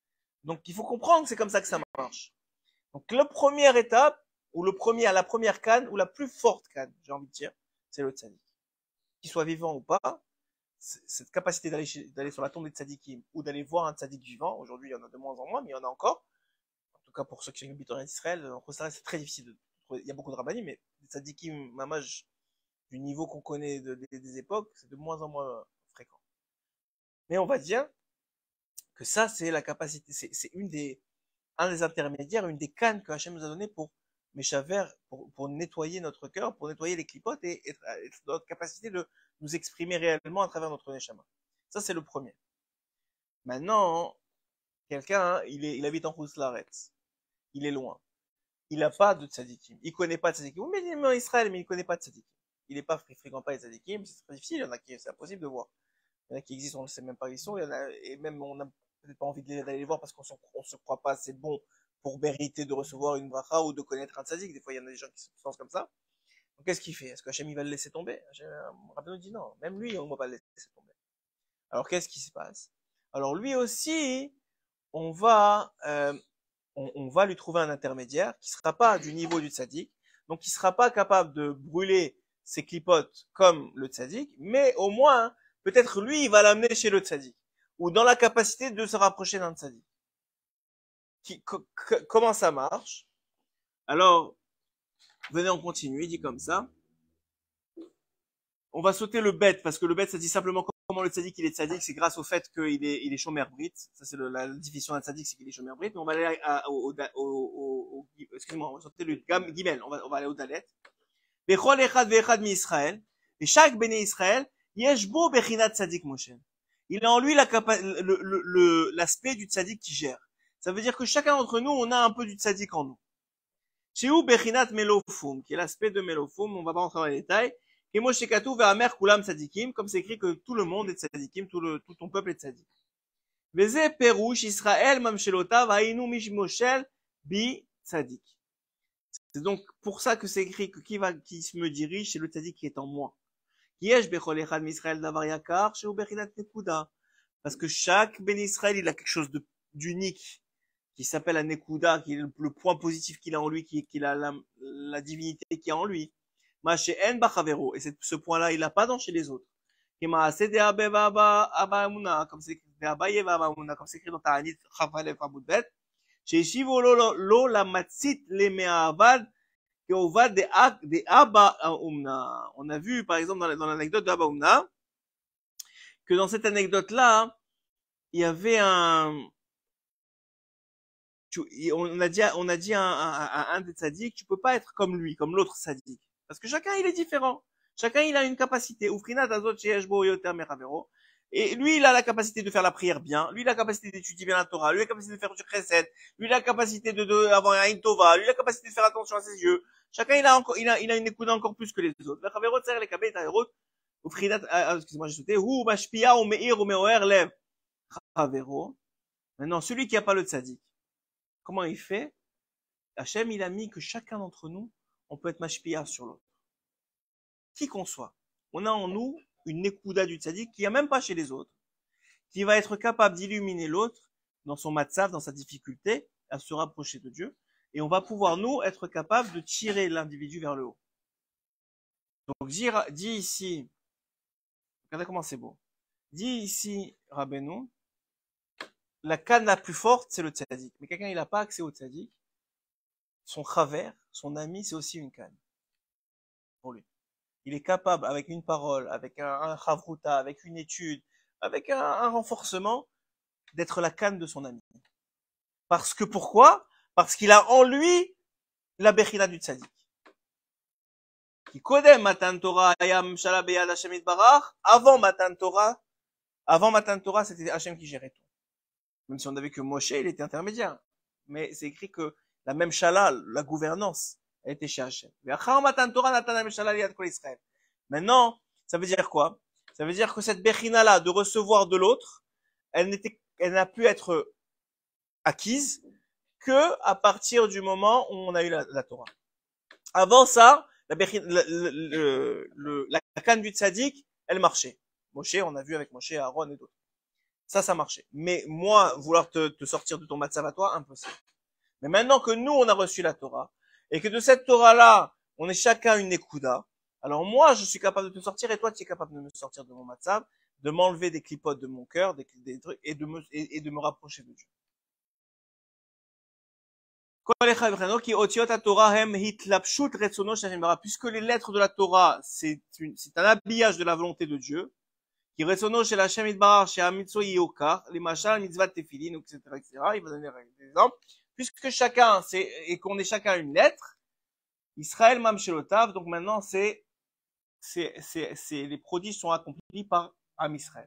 Donc, il faut comprendre que c'est comme ça que ça marche. Donc, la première étape, ou la première canne, ou la plus forte canne, j'ai envie de dire, c'est le tzaddik. Qu'il soit vivant ou pas, cette capacité d'aller sur la tombe des tzaddikim, ou d'aller voir un tzaddik vivant, aujourd'hui il y en a de moins en moins, mais il y en a encore, en tout cas pour ceux qui habitent en Israël, entre ça c'est très difficile de trouver, il y a beaucoup de rabbinim, mais des tzaddikim, mamaj, du niveau qu'on connaît des époques, c'est de moins en moins fréquent. Mais on va dire que ça, c'est la capacité, c'est un des intermédiaires, une des cannes que Hachem nous a donné pour Méchaver, pour nettoyer notre cœur, pour nettoyer les clipotes et être notre capacité de nous exprimer réellement à travers notre neshama. Ça, c'est le premier. Maintenant, quelqu'un, il habite en Rousslaret. Il est loin. Il n'a pas de tzadikim. Il connaît pas de tzadikim. Mais il est en Israël, mais il connaît pas de tzadikim. Il n'est pas fréquent pas les tzadikim, c'est très difficile. Il y en a qui, c'est impossible de voir. Il y en a qui existent, on ne sait même pas où ils sont. Il y en a, et même, on n'a peut-être pas envie d'aller les voir parce qu'on se croit pas assez bon pour mériter de recevoir une bracha ou de connaître un tzadik. Des fois, il y en a des gens qui se pensent comme ça. Donc, qu'est-ce qu'il fait? Est-ce qu'Hachem, il va le laisser tomber? Rabbeinu dit non. Même lui, on va pas le laisser tomber. Alors, qu'est-ce qui se passe? Alors, lui aussi, on va lui trouver un intermédiaire qui sera pas du niveau du tzaddik, donc qui sera pas capable de brûler ses clipotes comme le tzaddik, mais au moins, peut-être lui, il va l'amener chez le tzaddik, ou dans la capacité de se rapprocher d'un tzaddik. Comment ça marche? Alors, venez, on continue, il dit comme ça. On va sauter le bête, parce que le bête, ça dit simplement comment le tzaddik, il est tzaddik, c'est grâce au fait qu'il est shomer brit. Ça, c'est la définition d'un tzaddik, c'est qu'il est shomer brit. Mais on va aller excusez-moi, on va sauter le gimel, on va aller au dalet. Bechol echad ve'echad mi Israël, et chaque béné Israël, yeshbo bechinat tzaddik Moshe. Il a en lui l'aspect du tzaddik qui gère. Ça veut dire que chacun d'entre nous, on a un peu du tzaddik en nous. Chez où bechinat melofum, qui est l'aspect de melofum, on va pas rentrer dans les détails. Comme c'est écrit que tout le monde est tzadikim, tout ton peuple est tzadik. Veze perouche Israël mamshelotav hainu mishmoshel bi tzadik. C'est donc pour ça que c'est écrit que qui me dirige, c'est le tzadik qui est en moi. Yesh bechol echad misraël davar yakar sheu bechinat nekuda. Parce que chaque ben Israël, il a quelque chose d'unique qui s'appelle la nekuda, qui est le point positif qu'il a en lui, qui a la divinité qu'il a en lui. Et ce point-là, il l'a pas chez les autres. Comme c'est écrit dans Ta'anit Chafalef Amudbet, Sheishivo lo la matzit le me'avad keovad de Abba Umna. On a vu, par exemple, dans l'anecdote d'Abba Umna, que dans cette anecdote-là, il y avait on a dit un des tzaddik, tu peux pas être comme lui, comme l'autre tzaddik. Parce que chacun, il est différent. Chacun, il a une capacité. Et lui, il a la capacité de faire la prière bien. Lui, il a la capacité d'étudier bien la Torah. Lui, il a la capacité de faire du chesed. Lui, il a la capacité d'avoir un tova. Lui, il a la capacité de faire attention à ses yeux. Chacun, il a une écoute encore plus que les autres. Excusez-moi, j'ai sauté. Maintenant, celui qui n'a pas le tzaddik, comment il fait? Hachem, il a mis que chacun d'entre nous, on peut être mashpia sur l'autre. Qui qu'on soit. On a en nous une nekuda du tzaddik qui n'y a même pas chez les autres, qui va être capable d'illuminer l'autre dans son matzav, dans sa difficulté, à se rapprocher de Dieu. Et on va pouvoir, nous, être capable de tirer l'individu vers le haut. Donc, dit ici, regardez comment c'est beau. Dit ici, Rabbeinu, la canne la plus forte, c'est le tzaddik. Mais quelqu'un, il n'a pas accès au tzaddik. Son chaver, son ami, c'est aussi une canne. Pour lui. Il est capable, avec une parole, avec un chavruta, avec une étude, avec un renforcement, d'être la canne de son ami. Parce que pourquoi? Parce qu'il a en lui la bechina du tzaddik. Qui kodem matan Torah ayam shala beyad Hashem itbarach. Avant matan Torah, c'était Hashem qui gérait tout. Même si on avait que Moshe, il était intermédiaire. Mais c'est écrit que la même shala, la gouvernance, elle était chez Hachem. Maintenant, ça veut dire quoi? Ça veut dire que cette bechina-là, de recevoir de l'autre, elle n'a pu être acquise que à partir du moment où on a eu la Torah. Avant ça, la canne du tzaddik, elle marchait. Moshe, on a vu avec Moshe, Aaron et d'autres. Ça marchait. Mais moi, vouloir te sortir de ton matzav à toi, impossible. Mais maintenant que nous, on a reçu la Torah, et que de cette Torah-là, on est chacun une ékouda, alors moi, je suis capable de te sortir, et toi, tu es capable de me sortir de mon matzav, de m'enlever des clipotes de mon cœur, des trucs, et de me rapprocher de Dieu. Puisque les lettres de la Torah, c'est un habillage de la volonté de Dieu, qui resono chez la Shem Idbar, chez Amitso Yokar, les machal, mitzvah tefilin, etc., etc. Il va donner des exemples. Puisque chacun, et qu'on est chacun une lettre, Israël Mam Shelotav, donc maintenant les produits sont accomplis par Am Israël.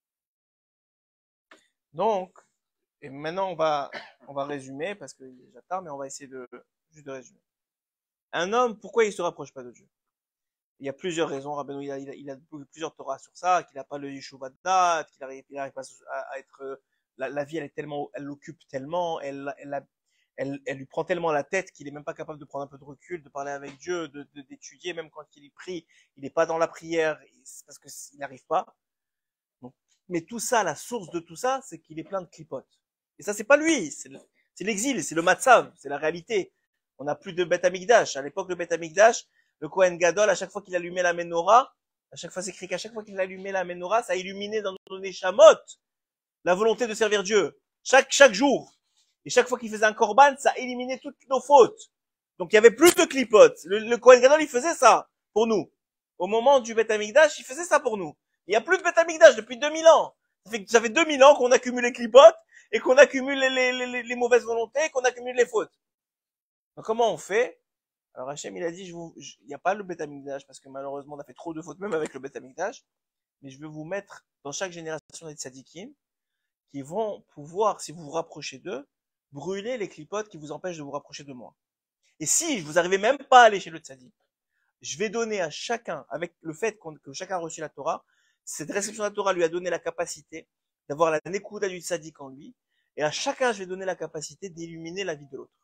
Donc, et maintenant on va résumer, parce qu'il est déjà tard, mais on va essayer juste de résumer. Un homme, pourquoi il se rapproche pas de Dieu? Il y a plusieurs raisons. Rabbeinu, il a plusieurs Torahs sur ça, qu'il n'a pas le Yeshuva Dat, qu'il n'arrive pas à être, la vie, elle l'occupe tellement, elle lui prend tellement la tête qu'il est même pas capable de prendre un peu de recul, de parler avec Dieu, d'étudier, même quand il prie, il n'est pas dans la prière, parce qu'il n'arrive pas. Donc, mais tout ça, la source de tout ça, c'est qu'il est plein de clipotes. Et ça, c'est pas lui, c'est l'exil, c'est le matzav, c'est la réalité. On n'a plus de Beth Amikdash. À l'époque, le Beth Amikdash, le Kohen Gadol, à chaque fois qu'il allumait la menorah, à chaque fois c'est écrit qu'à chaque fois qu'il allumait la menorah, ça illuminait dans nos neshamot la volonté de servir Dieu. Chaque jour. Et chaque fois qu'il faisait un korban, ça éliminait toutes nos fautes. Donc il y avait plus de clipotes. Le Kohen Gadol, il faisait ça pour nous. Au moment du Beth Amikdash, il faisait ça pour nous. Il n'y a plus de Beth Amikdash depuis 2000 ans. Ça fait 2000 ans qu'on accumule les clipotes et qu'on accumule les mauvaises volontés et qu'on accumule les fautes. Donc comment on fait? Alors Hachem, il a dit, il n'y a pas le Beth Amikdash parce que malheureusement on a fait trop de fautes même avec le Beth Amikdash, mais je vais vous mettre dans chaque génération des tzadikim qui vont pouvoir, si vous vous rapprochez d'eux, brûler les clipotes qui vous empêchent de vous rapprocher de moi. Et si vous n'arrivez même pas à aller chez le tzadik, je vais donner à chacun, avec le fait que chacun a reçu la Torah, cette réception de la Torah lui a donné la capacité d'avoir la nekouda du tzadik en lui, et à chacun je vais donner la capacité d'illuminer la vie de l'autre.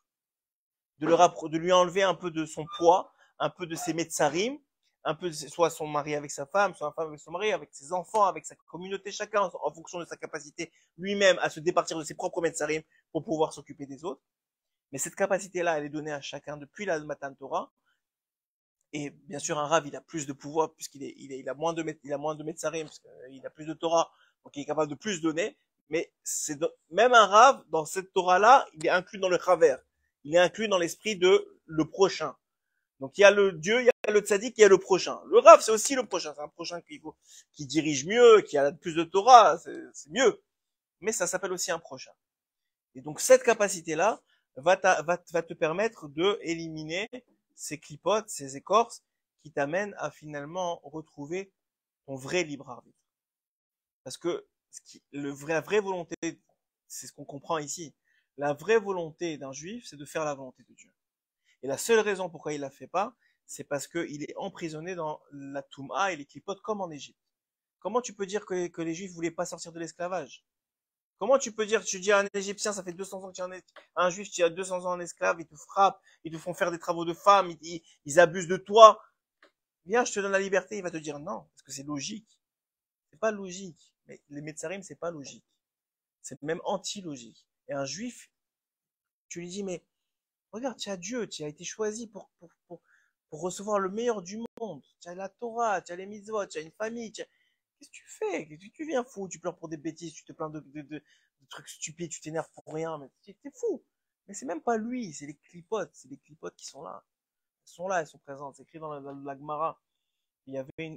De lui enlever un peu de son poids, un peu de ses metzarim, un peu soit son mari avec sa femme, soit la femme avec son mari, avec ses enfants, avec sa communauté, chacun en fonction de sa capacité lui-même à se départir de ses propres metzarim pour pouvoir s'occuper des autres. Mais cette capacité-là, elle est donnée à chacun depuis la Matan Torah. Et bien sûr, un Rav, il a plus de pouvoir puisqu'il a moins de metzarim, parce qu'il a plus de Torah, donc il est capable de plus donner. Mais même un Rav, dans cette Torah-là, il est inclus dans le Chaver. Il est inclus dans l'esprit de le prochain. Donc il y a le Dieu, il y a le tzaddik, il y a le prochain. Le Rav, c'est aussi le prochain. C'est un prochain qui dirige mieux, qui a plus de Torah, c'est mieux. Mais ça s'appelle aussi un prochain. Et donc cette capacité-là va te permettre de éliminer ces clipotes, ces écorces qui t'amènent à finalement retrouver ton vrai libre arbitre. Parce que la vraie volonté, c'est ce qu'on comprend ici. La vraie volonté d'un juif, c'est de faire la volonté de Dieu. Et la seule raison pourquoi il la fait pas, c'est parce qu'il est emprisonné dans la Touma et les clipotes comme en Égypte. Comment tu peux dire que les juifs voulaient pas sortir de l'esclavage? Comment tu peux dire, tu dis à un Égyptien, ça fait 200 ans que tu es un juif, tu as 200 ans en esclave, ils te frappent, ils te font faire des travaux de femme, ils abusent de toi. Viens, je te donne la liberté, il va te dire non, parce que c'est logique. C'est pas logique. Mais les Metzarim, c'est pas logique. C'est même anti-logique. Et un juif, tu lui dis, mais regarde, tu as Dieu, tu as été choisi pour recevoir le meilleur du monde. Tu as la Torah, tu as les mitzvot, tu as une famille. Qu'est-ce que tu fais? Qu'est-ce que tu viens fou? Tu pleures pour des bêtises, tu te plains de trucs stupides, tu t'énerves pour rien. Mais t'es fou. Mais c'est même pas lui, c'est les clipotes. C'est les clipotes qui sont là. Elles sont là, elles sont présentes. C'est écrit dans la Gemara. Il y avait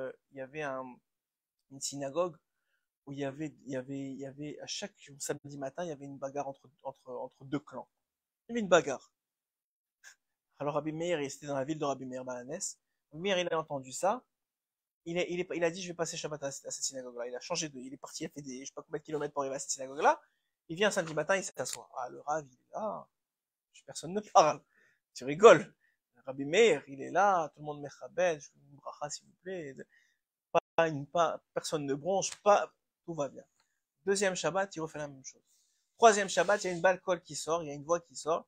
une synagogue où il y avait à chaque samedi matin, il y avait une bagarre entre deux clans. Il y avait une bagarre. Alors Rabbi Meir, il était dans la ville de Rabbi Meir Balanès. Rabbi Meir, il a entendu ça. Il a dit, je vais passer Shabbat à cette synagogue-là. Il a changé il est parti, il a fait je sais pas combien de kilomètres pour arriver à cette synagogue-là. Il vient samedi matin, il s'assoit. Ah, le Rav, il est là. Personne ne parle. Tu rigoles. Rabbi Meir, il est là. Tout le monde mechabed. Je vous une bracha, s'il vous plaît. Personne ne bronche, tout va bien. Deuxième Shabbat, il refait la même chose. Troisième Shabbat, il y a une balle colle qui sort, il y a une voix qui sort,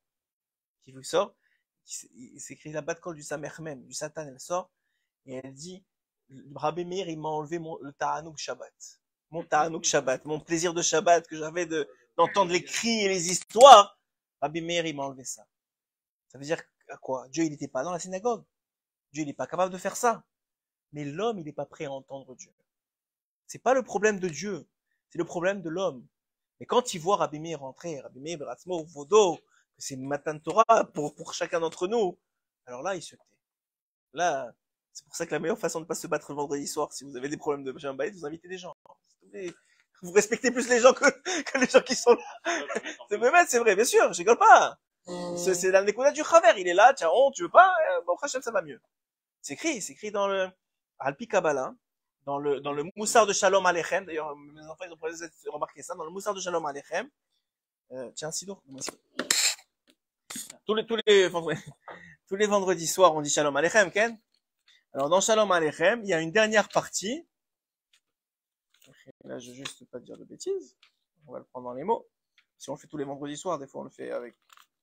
il s'écrit la balle colle du Samermen, du Satan, elle sort, et elle dit, Rabbi Meir, il m'a enlevé le Ta'anouk Shabbat. mon Ta'anouk Shabbat, mon plaisir de Shabbat que j'avais d'entendre les cris et les histoires, Rabbi Meir, il m'a enlevé ça. Ça veut dire à quoi? Dieu, il n'était pas dans la synagogue. Dieu, il n'est pas capable de faire ça. Mais l'homme, il n'est pas prêt à entendre Dieu. C'est pas le problème de Dieu, c'est le problème de l'homme. Mais quand il voit Rabbi Meir rentrer, Rabbi Meir, Beratzmo, Vodo, que c'est Matan Torah pour chacun d'entre nous, alors là, il se tait. Là, c'est pour ça que la meilleure façon de ne pas se battre le vendredi soir, si vous avez des problèmes de Shalom Bayit, vous invitez des gens. Vous respectez plus les gens que les gens qui sont là. C'est vrai, bien sûr, je rigole pas. C'est la Nekuda du Chaver, il est là, tiens, tu veux pas, bon, Hachem, ça va mieux. C'est écrit dans le Alpi Kabbalah, dans le Moussar de Shalom Aleichem. D'ailleurs, mes enfants, ils ont remarqué ça, dans le Moussar de Shalom Aleichem. Tiens, Sido. Tous les vendredis soirs, on dit Shalom Aleichem, Ken. Alors, dans Shalom Aleichem, il y a une dernière partie. Là, je vais juste pas dire de bêtises. On va le prendre dans les mots. Si on le fait tous les vendredis soirs, des fois, on le fait avec.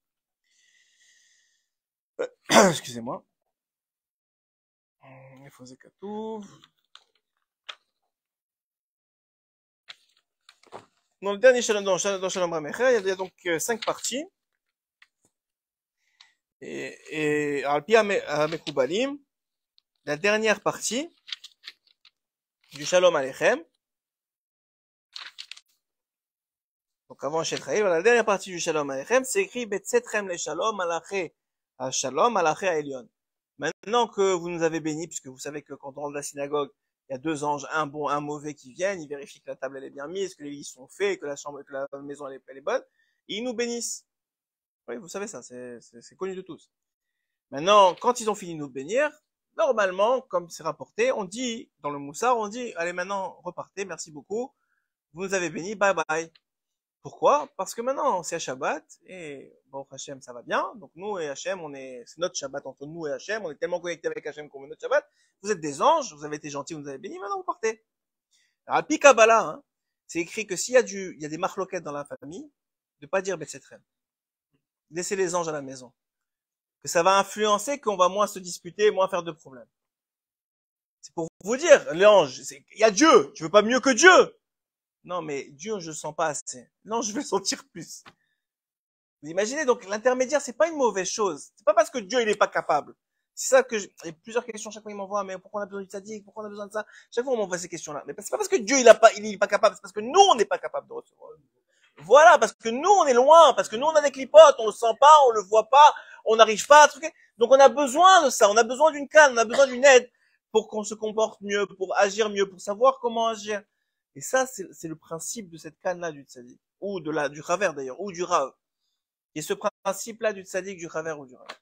Excusez-moi. Il faut Zekatou. Dans le dernier Shalom, dans Shalom Aleichem, il y a donc 5 parties. Et Alpi Mekoubalim, la dernière partie du Shalom Aleichem. Donc avant Shelchaïl, la dernière partie du Shalom Aleichem, c'est écrit Betsetrem le Shalom Alaché à Shalom Alaché à Elion. Maintenant que vous nous avez bénis, puisque vous savez que quand on rentre de la synagogue, il y a 2 anges, un bon, un mauvais qui viennent, ils vérifient que la table elle est bien mise, que les lits sont faits, que la chambre, que la maison elle est bonne, et ils nous bénissent. Oui, vous savez ça, c'est connu de tous. Maintenant, quand ils ont fini de nous bénir, normalement, comme c'est rapporté, on dit, dans le Moussar, on dit, allez maintenant, repartez, merci beaucoup, vous nous avez bénis, bye bye. Pourquoi? Parce que maintenant, c'est à Shabbat, et bon, Hachem, ça va bien. Donc nous et Hachem, c'est notre Shabbat entre nous et Hachem. On est tellement connectés avec Hachem qu'on veut notre Shabbat. Vous êtes des anges, vous avez été gentils, vous nous avez bénis, maintenant vous partez. Alors, à Pikabala, hein, c'est écrit que s'il y a il y a des marloquettes dans la famille, de pas dire Betsetrem. Laissez les anges à la maison. Que ça va influencer qu'on va moins se disputer, moins faire de problèmes. C'est pour vous dire, l'ange, il y a Dieu. Tu veux pas mieux que Dieu? Non, mais Dieu, je le sens pas assez. Non, je vais le sentir plus. Vous imaginez, donc l'intermédiaire, c'est pas une mauvaise chose. C'est pas parce que Dieu, il est pas capable. C'est ça que il y a plusieurs questions chaque fois il m'envoie, mais pourquoi on a besoin du tzaddik, pourquoi on a besoin de ça? Chaque fois on m'envoie ces questions-là. Mais c'est pas parce que Dieu, il est pas capable, c'est parce que nous, on n'est pas capable de recevoir. Voilà, parce que nous, on est loin, parce que nous, on a des clipotes, on le sent pas, on le voit pas, on n'arrive pas à truquer. Donc on a besoin de ça, on a besoin d'une canne, on a besoin d'une aide pour qu'on se comporte mieux, pour agir mieux, pour savoir comment agir. Et ça, c'est le principe de cette canne-là du tzaddik, ou du Chaver d'ailleurs, ou du Rav. Et ce principe-là du tzaddik, du Chaver ou du Rav.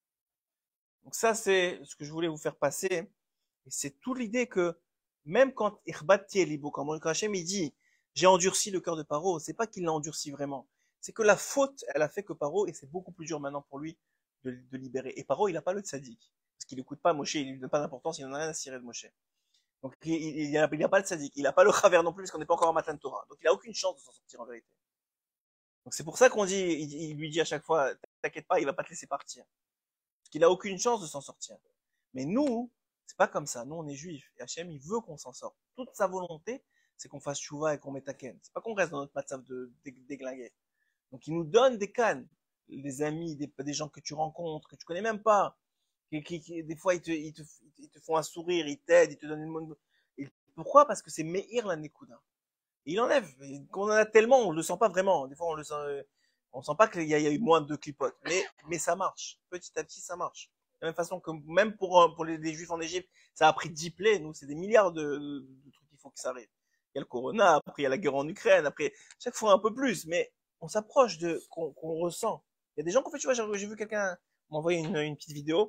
Donc ça, c'est ce que je voulais vous faire passer. Et c'est toute l'idée que, même quand Irbati Elibo, quand Mordechai Hashem, il dit, j'ai endurci le cœur de Paro, c'est pas qu'il l'a endurci vraiment. C'est que la faute, elle a fait que Paro, et c'est beaucoup plus dur maintenant pour lui de libérer. Et Paro, il a pas le tzaddik. Parce qu'il écoute pas Moshe, il lui donne pas d'importance, il n'en a rien à cirer de Moshe. Donc il a pas le tzaddik, il a pas le Chaver non plus, parce qu'on n'est pas encore en Matan Torah. Donc il a aucune chance de s'en sortir en vérité. Donc c'est pour ça qu'on dit, il lui dit à chaque fois, t'inquiète pas, il va pas te laisser partir. Parce qu'il a aucune chance de s'en sortir. Mais nous, c'est pas comme ça. Nous, on est juifs. Et Hachem, il veut qu'on s'en sorte. Toute sa volonté, c'est qu'on fasse chouva et qu'on mette à ken. C'est pas qu'on reste dans notre matzav de déglinguer. Donc il nous donne des cannes, des amis, des gens que tu rencontres, que tu connais même pas. Des fois, ils te font un sourire, ils t'aident, ils te donnent une bonne... Et pourquoi? Parce que c'est Meir la Nekuda. Il enlève. Qu'on en a tellement, on le sent pas vraiment. Des fois, on sent pas qu'il y a eu moins de clipotes. Mais ça marche. Petit à petit, ça marche. De la même façon que même pour les juifs en Égypte, ça a pris 10 plaies. Nous, c'est des milliards de trucs qu'il faut que ça arrive. Il y a le corona, après il y a la guerre en Ukraine, après, chaque fois un peu plus. Mais on s'approche qu'on ressent. Il y a des gens qui ont fait, tu vois, j'ai vu quelqu'un m'envoyer une petite vidéo,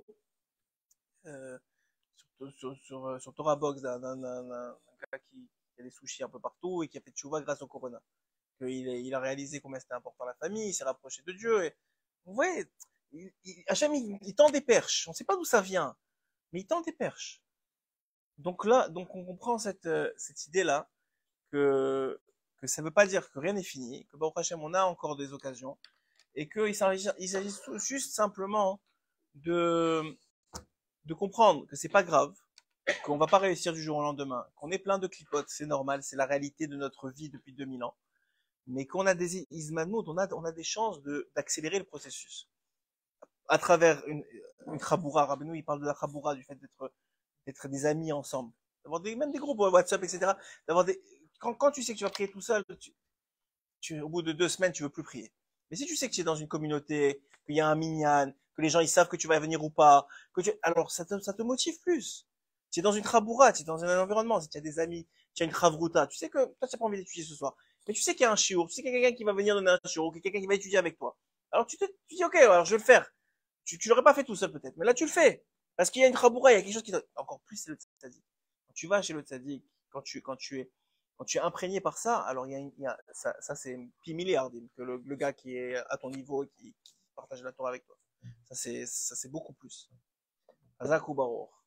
sur Torah Box d'un gars qui a des sushis un peu partout et qui a fait tchouva grâce au corona. Il a réalisé combien c'était important la famille, il s'est rapproché de Dieu. Et, vous voyez, Hachem, il tend des perches. On ne sait pas d'où ça vient, mais il tend des perches. Donc là, on comprend cette idée-là que ça ne veut pas dire que rien n'est fini, que Baruch Hachem, on a encore des occasions et qu'il s'agit juste simplement de comprendre que c'est pas grave, qu'on va pas réussir du jour au lendemain, qu'on est plein de clipotes, c'est normal, c'est la réalité de notre vie depuis 2000 ans, mais qu'on a des izmanout, on a des chances d'accélérer le processus. À travers une chaboura, Rabbeinu, il parle de la chaboura, du fait d'être des amis ensemble, d'avoir même des groupes WhatsApp, etc. D'avoir quand tu sais que tu vas prier tout seul, au bout de 2 semaines, tu veux plus prier. Mais si tu sais que tu es dans une communauté, qu'il y a un minyan, que les gens ils savent que tu vas venir ou pas, alors ça te motive plus. Tu es dans une chaboura, tu es dans un environnement, si tu as des amis, tu as une chavruta, tu sais que toi tu n'as pas envie d'étudier ce soir, mais tu sais qu'il y a un shiur, tu sais qu'il y a quelqu'un qui va venir donner un shiur, qu'il y a quelqu'un qui va étudier avec toi. Alors tu dis ok, alors je vais le faire. Tu l'aurais pas fait tout seul peut-être, mais là tu le fais. Parce qu'il y a une chaboura, il y a quelque chose qui encore plus c'est le tzaddik. Quand tu vas chez le tzaddik, quand tu es imprégné par ça, alors ça c'est pi milliard que le gars qui est à ton niveau et qui partage la Torah avec toi. Ça c'est beaucoup plus. Hazak ou Baruch.